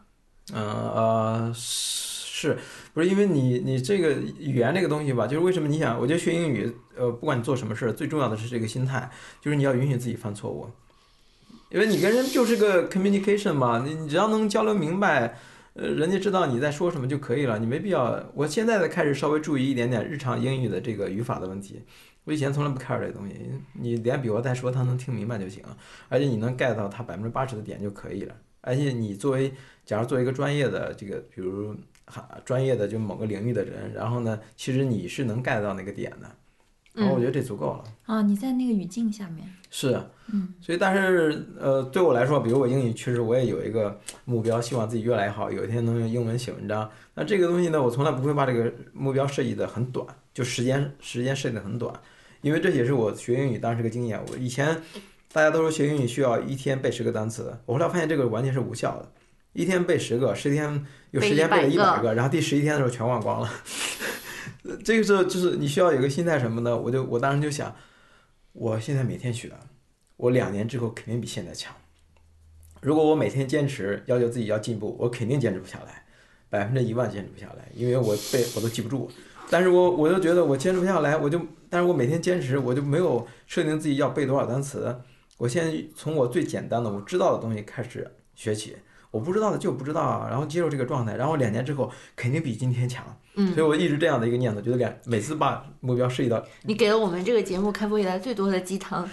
是不是因为你这个语言这个东西吧？就是为什么你想？我觉得学英语，不管你做什么事，最重要的是这个心态，就是你要允许自己犯错误。因为你跟人就是个 communication 嘛，你只要能交流明白，人家知道你在说什么就可以了，你没必要。我现在开始稍微注意一点点日常英语的这个语法的问题，我以前从来不 care 这个东西，你连比划带说他能听明白就行，而且你能 get 到他80%的点就可以了。而且你假如作为一个专业的这个，比如专业的就某个领域的人，然后呢，其实你是能 get 到那个点的。然后我觉得这足够了。 你在那个语境下面。 是，所以但是对我来说，比如我英语确实我也有一个目标，希望自己越来越好，有一天能用英文写文章。那这个东西呢，我从来不会把这个目标设计的很短，就时间设计的很短，因为这也是我学英语当时个经验。我以前大家都说学英语需要一天背10个单词，我后来发现这个完全是无效的。一天背10个，10天有10天背了100个，然后第11天的时候全忘光了。这个时候就是你需要有个心态什么呢？我当时就想，我现在每天学，我2年之后肯定比现在强。如果我每天坚持，要求自己要进步，我肯定坚持不下来，100%坚持不下来，因为我都记不住。但是我就觉得我坚持不下来，但是我每天坚持，我就没有设定自己要背多少单词。我现在从我最简单的我知道的东西开始学起。我不知道的就不知道，然后接受这个状态，然后2年之后肯定比今天强。所以我一直这样的一个念头，觉得每次把目标设计到。 你给了我们这个节目开播以来最多的鸡汤。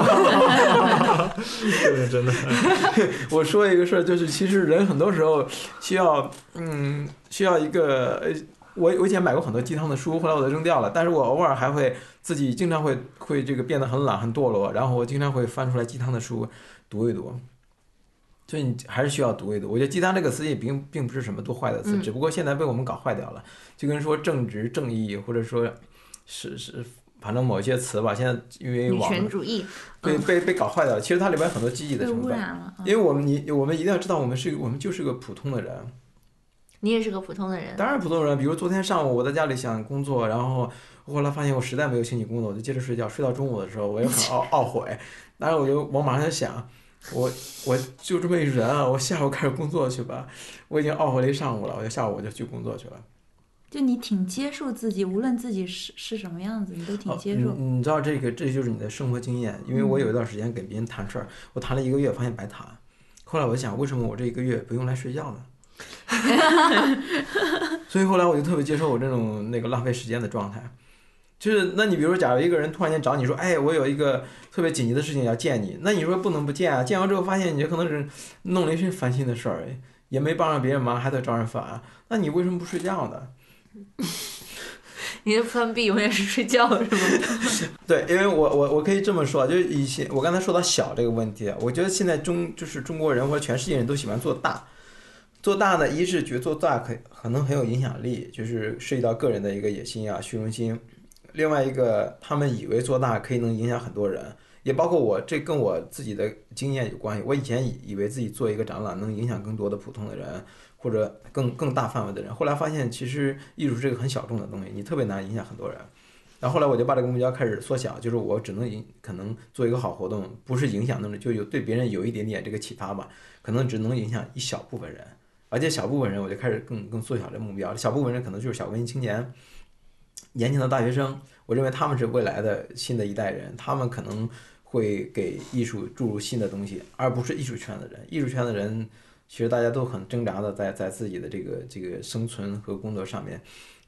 真的。 我说一个事儿，就是其实人很多时候需要一个。我以前买过很多鸡汤的书，后来我都扔掉了。但是我偶尔还会自己经常会这个变得很懒很堕落，然后我经常会翻出来鸡汤的书读一读。所以你还是需要读一读。我觉得鸡汤这个词也并不是什么多坏的词，只不过现在被我们搞坏掉了。就跟说正直、正义，或者说是反正某些词吧，现在因为女权主义被搞坏掉了。其实它里边很多积极的成分，因为我们一定要知道，我们就是个普通的人。 你也是个普通的人。 当然普通人。比如昨天上午我在家里想工作，然后后来发现我实在没有兴趣工作，我就接着睡觉，睡到中午的时候我也很懊悔。当然我马上就想。我就这么一人啊，我下午开始工作去吧。我已经懊悔了一上午了，我就下午我就去工作去了。 就你挺接受自己，无论自己是什么样子，你都挺接受。 你知道这就是你的生活经验。因为我有一段时间给别人谈事儿，我谈了1个月，发现白谈。后来我就想，为什么我这1个月不用来睡觉呢？所以后来我就特别接受我这种浪费时间的状态。就是那你比如说，假如一个人突然间找你说，哎，我有一个特别紧急的事情要见你，那你说不能不见啊？见完之后发现你可能是弄了一身烦心的事儿，也没帮上别人忙，还得招人烦，那你为什么不睡觉呢？ 你的plan B永远是睡觉是吗？ 对，因为我可以这么说，就是以前我刚才说到小这个问题，我觉得现在中国人或者全世界人都喜欢做大。做大呢，一是觉得做大可能很有影响力，就是涉及到个人的一个野心啊、虚荣心。另外一个，他们以为做大可以能影响很多人，也包括我，这跟我自己的经验有关系。我以前以为自己做一个展览能影响更多的普通的人，或者更大范围的人。后来发现，其实艺术是这个很小众的东西，你特别难影响很多人。然后后来我就把这个目标开始缩小，就是我只能可能做一个好活动，不是影响那种，就对别人有一点点这个启发吧，可能只能影响一小部分人。而且小部分人，我就开始更缩小这目标。小部分人可能就是小文艺青年。年轻的大学生，我认为他们是未来的新的一代人，他们可能会给艺术注入新的东西，而不是艺术圈的人。艺术圈的人，其实大家都很挣扎的在自己的这个生存和工作上面。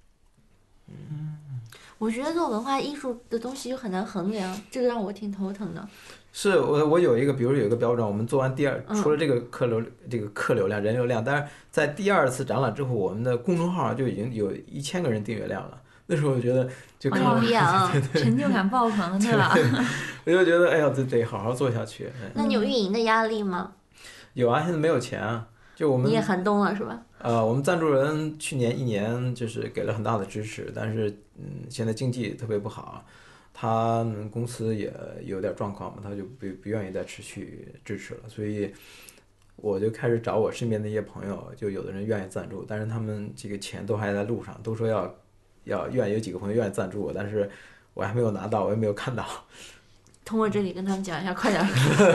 我觉得做文化艺术的东西就很难衡量，这个让我挺头疼的。 是我有一个，比如有一个标准，我们做完除了这个客流量、人流量，但是在第2次展览之后，我们的公众号就已经有1000个人订阅量了。那时候我觉得就看了， 成就感爆棚，对吧？ 我就觉得哎呀，得好好做下去。 那你有运营的压力吗？ 有啊，现在没有钱啊。就我们你也寒冬了是吧？ 我们赞助人去年1年就是给了很大的支持，但是现在经济特别不好，他们公司也有点状况嘛，他就不愿意再持续支持了，所以我就开始找我身边的一些朋友，就有的人愿意赞助，但是他们这个钱都还在路上，都说要愿意有几个朋友愿意赞助我，但是我还没有拿到，我也没有看到。 通过这里跟他们讲一下，快点。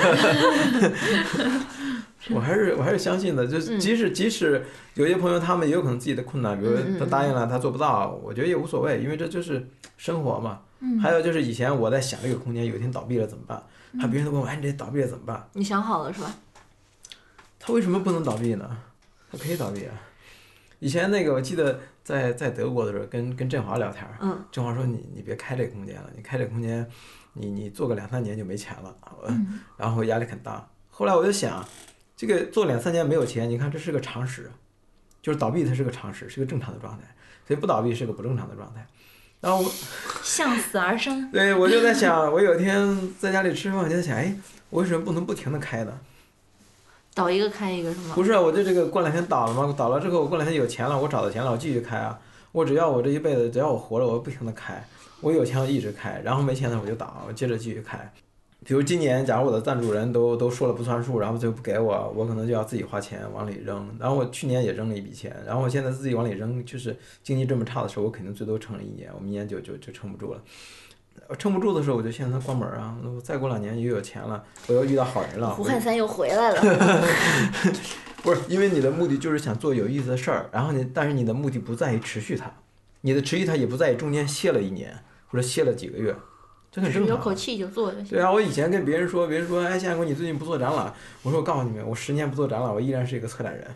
我还是相信的，就是即使有些朋友他们也有可能自己的困难，比如他答应了他做不到，我觉得也无所谓，因为这就是生活嘛。还有就是以前我在想这个空间有一天倒闭了怎么办，还别人都问我，哎，你这倒闭了怎么办？ 你想好了是吧？ 他为什么不能倒闭呢？他可以倒闭啊。以前我记得在德国的时候跟振华聊天，振华说你别开这个空间了，你开这个空间，你做个2-3年就没钱了，然后压力很大。后来我就想，这个做2-3年没有钱，你看这是个常识，就是倒闭它是个常识，是个正常的状态，所以不倒闭是个不正常的状态。然后向死而生。 对，我就在想，我有一天在家里吃饭，我就在想，哎，我为什么不能不停的开呢？ 倒一个开一个是吗？ 不是，我就这个过2天倒了嘛，倒了之后我过2天有钱了，我找到钱了，我继续开啊。我只要我这一辈子，只要我活着，我不停的开。我有钱我一直开，然后没钱的我就倒，我接着继续开。比如今年，假如我的赞助人都说了不算数，然后最后不给我，我可能就要自己花钱往里扔。然后我去年也扔了一笔钱，然后我现在自己往里扔，就是经济这么差的时候，我肯定最多撑了1年，我明年就撑不住了。撑不住的时候，我就现在关门啊！我再过2年又有钱了，我又遇到好人了。 胡汉三又回来了。 不是，因为你的目的就是想做有意思的事儿，然后但是你的目的不在于持续它，你的持续它也不在于中间歇了1年或者歇了几个月。这很正常， 有口气就做就行。 对啊，我以前跟别人说，哎，夏国你最近不做展览，我说我告诉你们，我10年不做展览，我依然是一个策展人。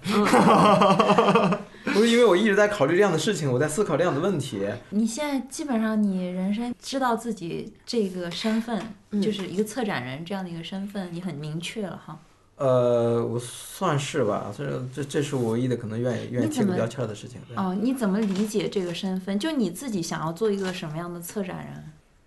不是因为我一直在考虑这样的事情，我在思考这样的问题。 你现在基本上你人生知道自己这个身份，就是一个策展人这样的一个身份，你很明确了哈。 我算是吧，这是我唯一的可能愿意贴个标签的事情。 哦，你怎么理解这个身份？就你自己想要做一个什么样的策展人？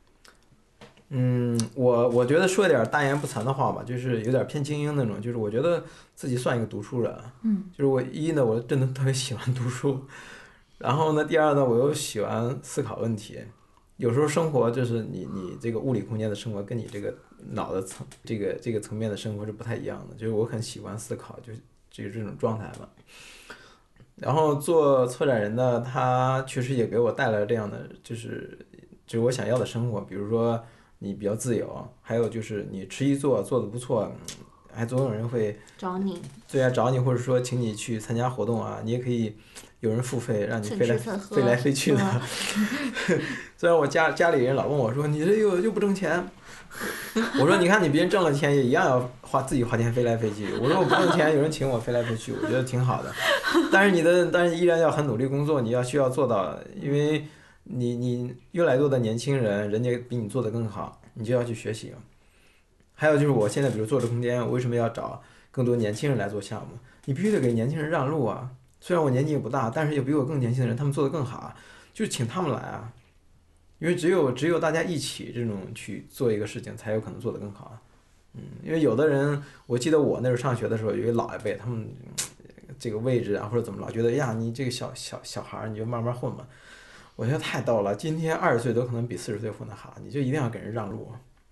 我觉得说一点大言不惭的话吧，就是有点偏精英那种，就是我觉得自己算一个读书人。就是我呢，我真的特别喜欢读书，然后呢，第二呢，我又喜欢思考问题。有时候生活就是你这个物理空间的生活跟你这个脑的这个层面的生活是不太一样的，就是我很喜欢思考，就是这种状态嘛。然后做策展人呢，他确实也给我带来这样的就是我想要的生活，比如说你比较自由，还有就是你吃一做的不错，还总有人会找你， 对啊，找你，或者说请你去参加活动啊，你也可以有人付费让你飞来飞去的。虽然我家里人老问我说你这又不挣钱，我说你看你别人挣了钱也一样要自己花钱飞来飞去，我说我不挣钱有人请我飞来飞去，我觉得挺好的。但是依然要很努力工作，你需要做到，因为你越来越多的年轻人，人家比你做得更好，你就要去学习。还有就是我现在比如做这空间，我为什么要找更多年轻人来做项目？你必须得给年轻人让路啊！虽然我年纪也不大，但是有比我更年轻的人，他们做得更好，就请他们来啊！因为只有大家一起这种去做一个事情，才有可能做得更好。因为有的人，我记得我那时候上学的时候，有一老一辈，他们这个位置啊或者怎么老觉得呀，你这个小孩你就慢慢混吧。我觉得太逗了，今天20岁都可能比40岁混得好，你就一定要给人让路。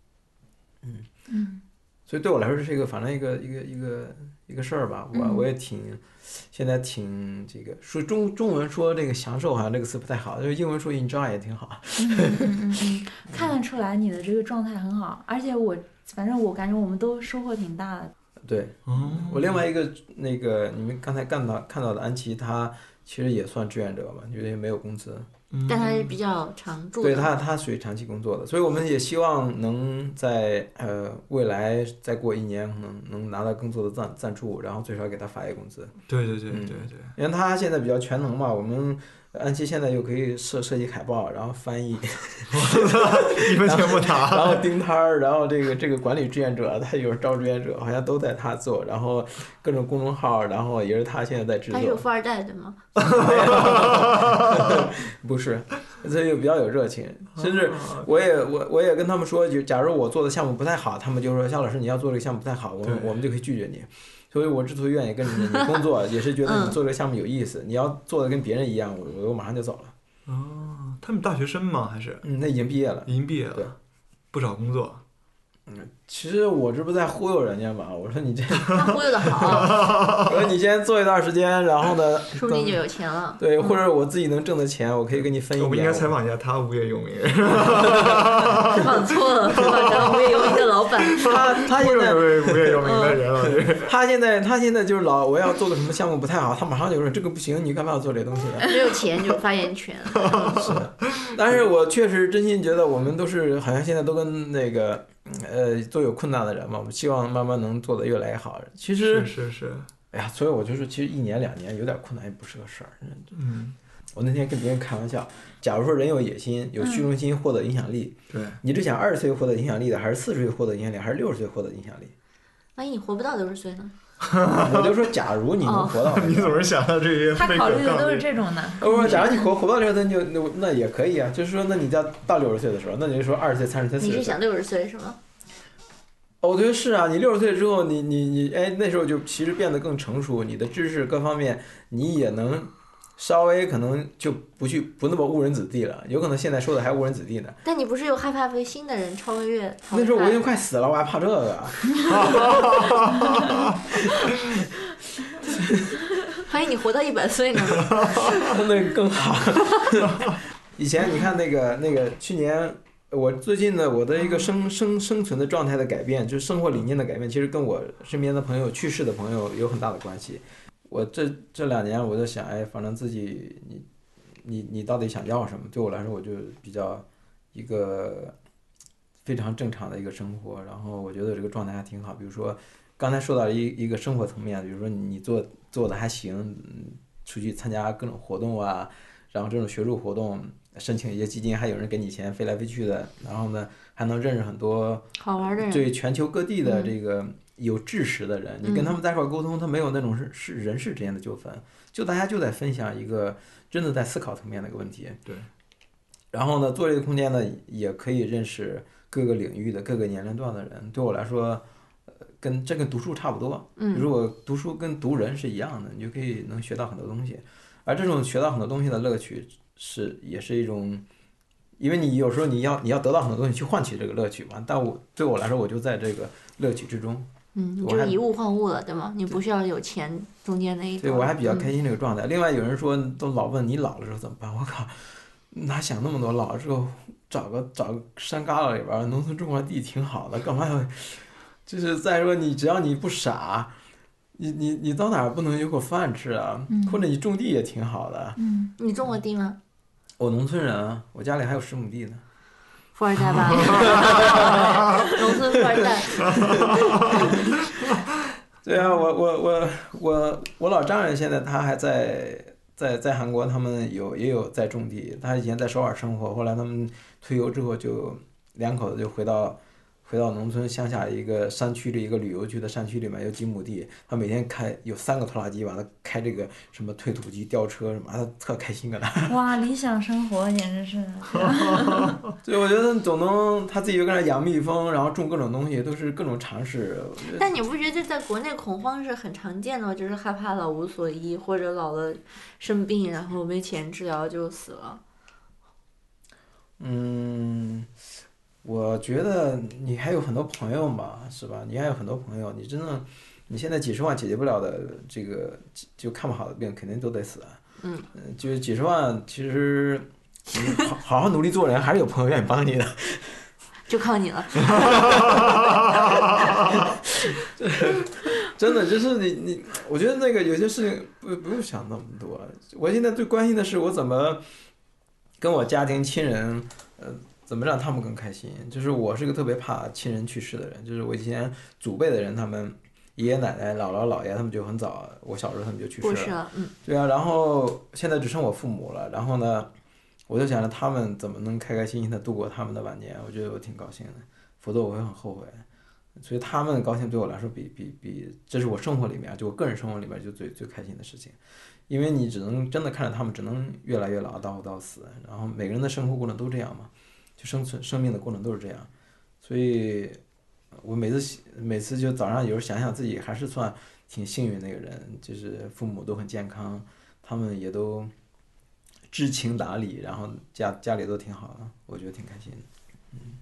所以对我来说这是一个反正一个事儿吧，我也现在挺这个说中文说这个享受好像这个词不太好，就是英文说 enjoy 也挺好。 看得出来你的这个状态很好，而且反正我感觉我们都收获挺大的。 对，我另外一个你们刚才看到的安琪，她其实也算志愿者吧，因为没有工资。 但他是比较常驻的， 对他属于长期工作的，所以我们也希望能在未来再过1年，可能能拿到更多的赞助，然后最少给他发一个工资。 对， 因为他现在比较全能嘛，我们安琪现在又可以设计海报，然后翻译， 你们全部他， 然后盯摊儿，然后这个管理志愿者，他有时招志愿者，好像都在他做，然后各种公众号，然后也是他现在在制作。 他是富二代对吗？ 不是，所以比较有热情，甚至我也跟他们说，就假如我做的项目不太好，他们就说夏老师你要做这个项目不太好，我们就可以拒绝你。所以我之所以愿意跟着你工作，也是觉得你做这个项目有意思。你要做的跟别人一样，我马上就走了。 他们大学生吗？还是？ 那已经毕业了。 已经毕业了。 对， 不找工作。 其实我这不在忽悠人家嘛，我说你这他忽悠的好， 我说你先做一段时间，然后呢， 说不定就有钱了。 对，或者我自己能挣的钱，我可以给你分一点。 我们应该采访一下他无业游民。 采访错了，采访成无业游民的老板。 他现在无业游民的人了。 他现在就是我要做个什么项目不太好，他马上就说这个不行，你干嘛要做这东西呢？ 没有钱就发言权。 是，但是我确实真心觉得我们都是好像现在都跟那个都有困难的人嘛，我们希望慢慢能做得越来越好。其实是， 哎呀，所以我就说，其实1年2年有点困难也不是个事儿。我那天跟别人开玩笑，假如说人有野心、有虚荣心获得影响力， 对， 你是想20岁获得影响力的，还是40岁获得影响力，还是60岁获得影响力？ 万一你活不到60岁呢？ 我就说，假如你能活到， 你怎么想到这些？ 他考虑的都是这种的。 我说，假如你活不到60岁，那也可以啊。就是说，那你到60岁的时候，那你就说20岁、30岁、40岁。 你是想60岁是吗？ 我觉得是啊，你60岁之后，你那时候就其实变得更成熟，你的知识各方面你也能稍微可能就不那么误人子弟了，有可能现在说的还误人子弟呢。 但你不是又害怕被新的人超越？ 那时候我已经快死了，我还怕这个。 欢迎你活到100岁呢。 那更好。以前你看那个去年。我最近呢，我的一个生存的状态的改变，就是生活理念的改变，其实跟我身边的朋友去世的朋友有很大的关系。我这2年我就想，反正自己你到底想要什么？对我来说，我就比较一个非常正常的一个生活，然后我觉得这个状态还挺好。比如说刚才说到一个生活层面，比如说你做的还行，出去参加各种活动啊，然后这种学术活动。申请一些基金，还有人给你钱飞来飞去的，然后呢还能认识很多好玩的人， 对全球各地的这个有知识的人，你跟他们在一块沟通，他没有那种是人事之间的纠纷，就大家就在分享一个真的在思考层面的一个问题。 对。然后呢，做这个空间呢，也可以认识各个领域的各个年龄段的人。对我来说，跟读书差不多。如果读书跟读人是一样的，你就可以能学到很多东西，而这种学到很多东西的乐趣。也是一种，因为你有时候你要得到很多东西去换取这个乐趣嘛。但对我来说，我就在这个乐趣之中。 你就以物换物了，对吗？你不需要有钱中间那一段。 对，我还比较开心这个状态。另外有人说都老问你老了之后怎么办，我靠，哪想那么多？老了之后找个山旮旯里边，农村种块地挺好的，干嘛要？就是再说只要你不傻。你到哪儿不能有口饭吃啊？或者你种地也挺好的。 你种过地吗？ 我农村人啊，我家里还有10亩地呢。 富二代吧，农村富二代。 对啊，我老丈人现在他还在韩国，他们也有在种地。他以前在首尔生活，后来他们退休之后就2口子就回到农村乡下一个山区的一个旅游区的山区里面有几亩地，他每天有3个拖拉机，完了开这个什么推土机、吊车什么，他特开心的。 哇，理想生活简直是。 对，我觉得他自己就跟那养蜜蜂，然后种各种东西，都是各种尝试。 但你不觉得在国内恐慌是很常见的吗？就是害怕老无所依，或者老了生病，然后没钱治疗就死了。 我觉得你还有很多朋友嘛，是吧？你还有很多朋友，你现在几十万解决不了的这个就看不好的病，肯定都得死。就是几十万，其实你好好努力做人，还是有朋友愿意帮你的。 就靠你了。 真的就是你，我觉得那个有些事情不用想那么多。我现在最关心的是我怎么跟我家庭亲人，怎么让他们更开心？就是我是个特别怕亲人去世的人，就是我以前祖辈的人，他们爷爷奶奶、姥姥姥爷他们就很早，我小时候他们就去世了。对啊，然后现在只剩我父母了，然后呢，我就想着他们怎么能开开心心的度过他们的晚年，我觉得我挺高兴的，否则我会很后悔。所以他们高兴对我来说比这是我生活里面，就我个人生活里面就最开心的事情。因为你只能真的看着他们只能越来越老到死，然后每个人的生活过程都这样嘛，就生命的过程都是这样，所以我每次就早上有时候想想自己还是算挺幸运那个人，就是父母都很健康，他们也都知情达理，然后家里都挺好的，我觉得挺开心的。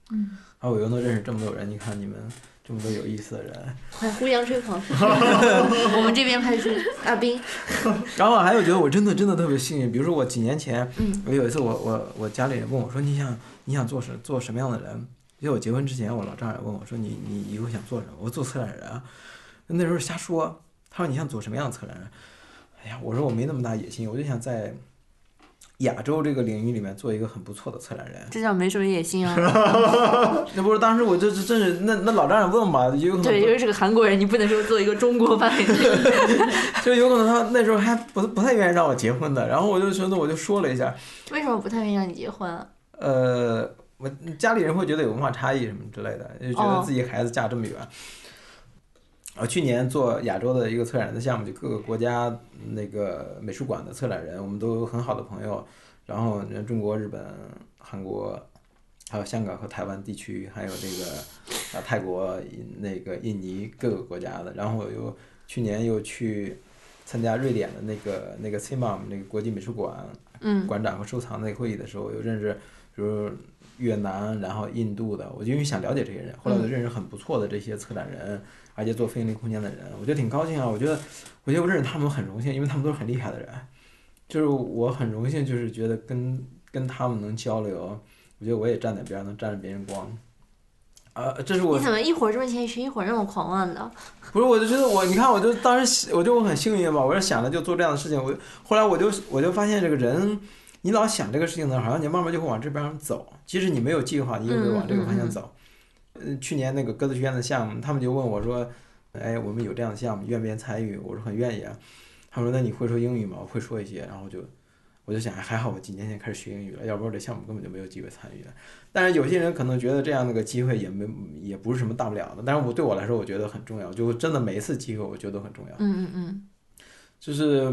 然后我又能认识这么多人，你看你们这么多有意思的人， 快互相吹捧。我们这边派出阿斌。 然后还有觉得我真的特别幸运，比如说我几年前，我有一次我家里人问我说你想做什么样的人？就我结婚之前，我老丈人问我说你以后想做什么？我说做策展人啊。那时候瞎说，他说你想做什么样的策展人？哎呀，我说我没那么大野心，我就想在亚洲这个领域里面做一个很不错的策展人。 这叫没什么野心啊。 那不是当时我这真是那老丈人问嘛，有可能对，因为是个韩国人，你不能说做一个中国范围的。 就有可能他那时候还不太愿意让我结婚的，然后我就觉得我就说了一下。 为什么不太愿意让你结婚啊？ 我家里人会觉得有文化差异什么之类的，就觉得自己孩子嫁这么远。去年做亚洲的一个策展人的项目，就各个国家那个美术馆的策展人，我们都有很好的朋友。然后中国、日本、韩国，还有香港和台湾地区，还有这个泰国、那个印尼各个国家的。然后去年又去参加瑞典的那个 CIMAM 那个国际美术馆馆长和收藏那个会议的时候，有认识比如越南，然后印度的，我就因为想了解这些人，后来我就认识很不错的这些策展人，而且做非盈利空间的人，我觉得挺高兴啊。我觉得我认识他们很荣幸，因为他们都是很厉害的人，就是我很荣幸，就是觉得跟他们能交流，我觉得我也站在边上能沾着别人光。这是我。 你怎么一会儿这么谦虚，一会儿那么狂妄的？ 不是，我就觉得你看，我就当时我很幸运吧，我是想着就做这样的事情，后来我就发现这个人。你老想这个事情呢，好像你慢慢就会往这边上走。即使你没有计划，你也会往这个方向走。去年那个鸽子学院的项目，他们就问我说：“哎，我们有这样的项目，愿不愿意参与？”我说很愿意啊。他说：“那你会说英语吗？”我会说一些。然后我就想，还好我几年前开始学英语了，要不然这项目根本就没有机会参与。但是有些人可能觉得这样的个机会也不是什么大不了的。但是对我来说，我觉得很重要。就真的每一次机会，我觉得都很重要。就是。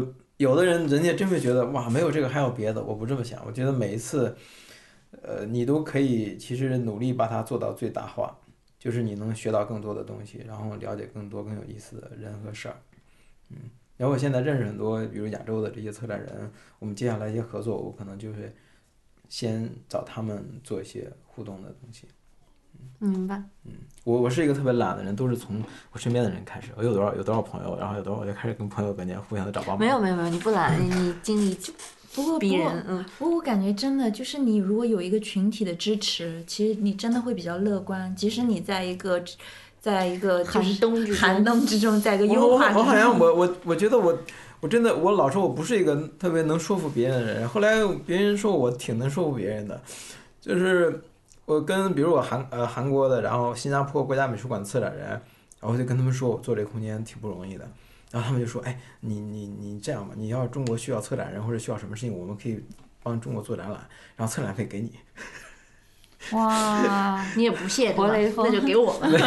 有的人家真会觉得哇，没有这个还有别的，我不这么想。我觉得每一次，你都可以其实努力把它做到最大化，就是你能学到更多的东西，然后了解更多更有意思的人和事儿。然后我现在认识很多，比如亚洲的这些策展人，我们接下来一些合作，我可能就会先找他们做一些互动的东西。 明白。 我是一个特别懒的人，都是从我身边的人开始。我有多少朋友，然后有多少我就开始跟朋友跟互相的找帮忙。 没有，你不懒，你精力逼人。 不过我感觉真的就是你如果有一个群体的支持，其实你真的会比较乐观。即使你在一个寒冬之中，在一个优化之中。 我好像我觉得我真的我老说我不是一个特别能说服别人的人。后来别人说我挺能说服别人的，就是。我跟比如我韩国的，然后新加坡国家美术馆策展人，然后我就跟他们说我做这个空间挺不容易的，然后他们就说，哎，你这样吧，你要中国需要策展人或者需要什么事情，我们可以帮中国做展览，然后策展可以给你。 哇，你也不屑，那就给我们。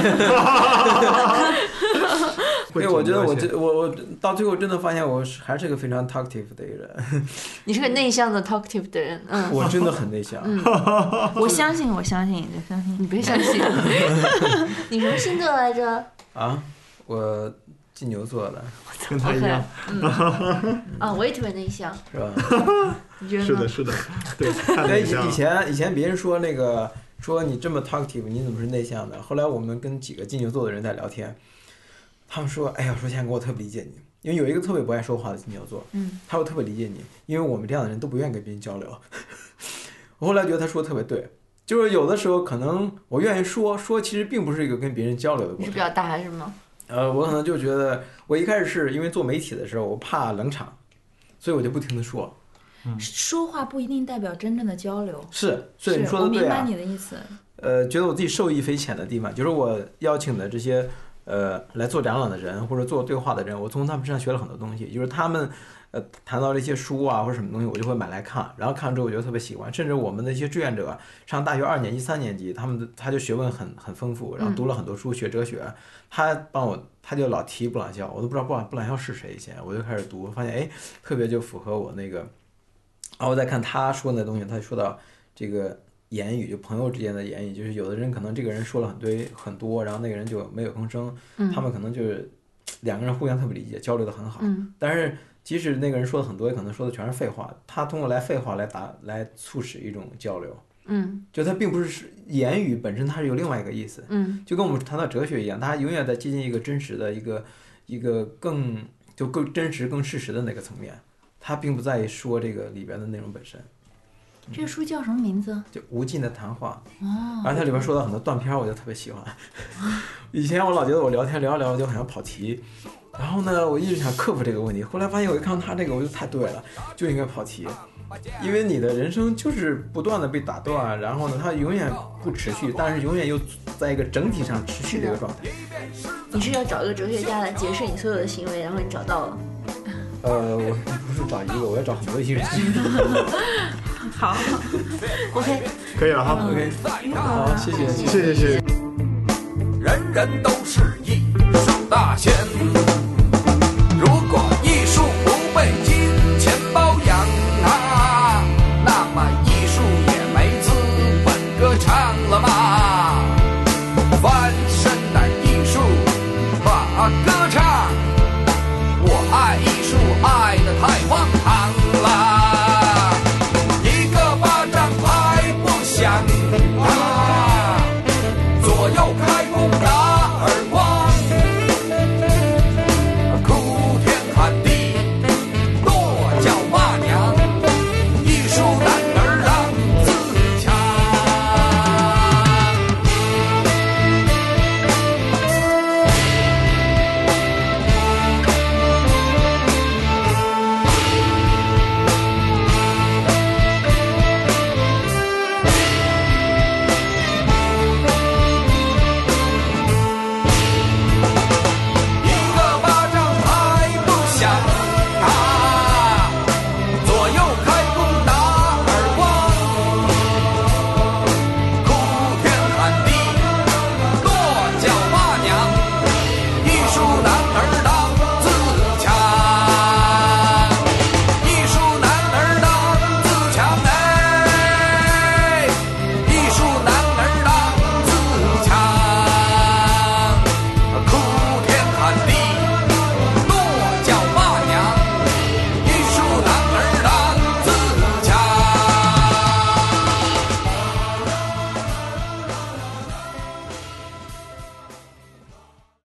对，我觉得我到最后真的发现我还是个非常 talkative 的一个人。 你是个内向的 talkative 的人， 我真的很内向。 我相信， 你别相信。你什么星座来着？ 啊，我金牛座的， 跟他一样。 我也特别内向， 是吧？ 你觉得呢？ 是的，对。 以前别人说说你这么 talkative， 你怎么是内向的？后来我们跟几个金牛座的人在聊天。他们说：“哎呀，说现在我特别理解你，因为有一个特别不爱说话的金牛座，他说特别理解你，因为我们这样的人都不愿意跟别人交流。”我后来觉得他说的特别对，就是有的时候可能我愿意说，其实并不是一个跟别人交流的过程。 你是比较大是吗？ 我可能就觉得我一开始是因为做媒体的时候，我怕冷场，所以我就不停的说。 说话不一定代表真正的交流。 是，所以你说的对啊。 我明白你的意思。 觉得我自己受益匪浅的地方，就是我邀请的这些。来做展览的人或者做对话的人，我从他们身上学了很多东西。就是他们谈到这些书啊或者什么东西，我就会买来看，然后看了之后我觉得特别喜欢。甚至我们的一些志愿者上大学2年级、3年级，他就学问很丰富，然后读了很多书，学哲学。他就老提布朗肖，我都不知道布朗肖是谁以前，我就开始读，发现哎特别就符合我那个。然后我再看他说的东西，他说到这个。言语就朋友之间的言语，就是有的人可能这个人说了很多，然后那个人就没有吭声，他们可能就是2个人互相特别理解，交流的很好。但是即使那个人说的很多，也可能说的全是废话，他通过废话来促使一种交流。 就它并不是言语本身，它是有另外一个意思，就跟我们谈到哲学一样，它永远在接近一个真实的一个更真实、更事实的那个层面，它并不在于说这个里边的内容本身。 这个书叫什么名字？ 就无尽的谈话。而它里边说到很多断片，我就特别喜欢。以前我老觉得我聊天聊就很想跑题，然后呢，我一直想克服这个问题。后来发现我一看他这个，我就太对了，就应该跑题，因为你的人生就是不断的被打断，然后呢，它永远不持续，但是永远又在一个整体上持续的一个状态。 你是要找一个哲学家来解释你所有的行为，然后你找到了？ 我不是找一个，我要找很多艺人。 好，OK， 可以了哈 ，OK， 好，谢谢。 人人都是一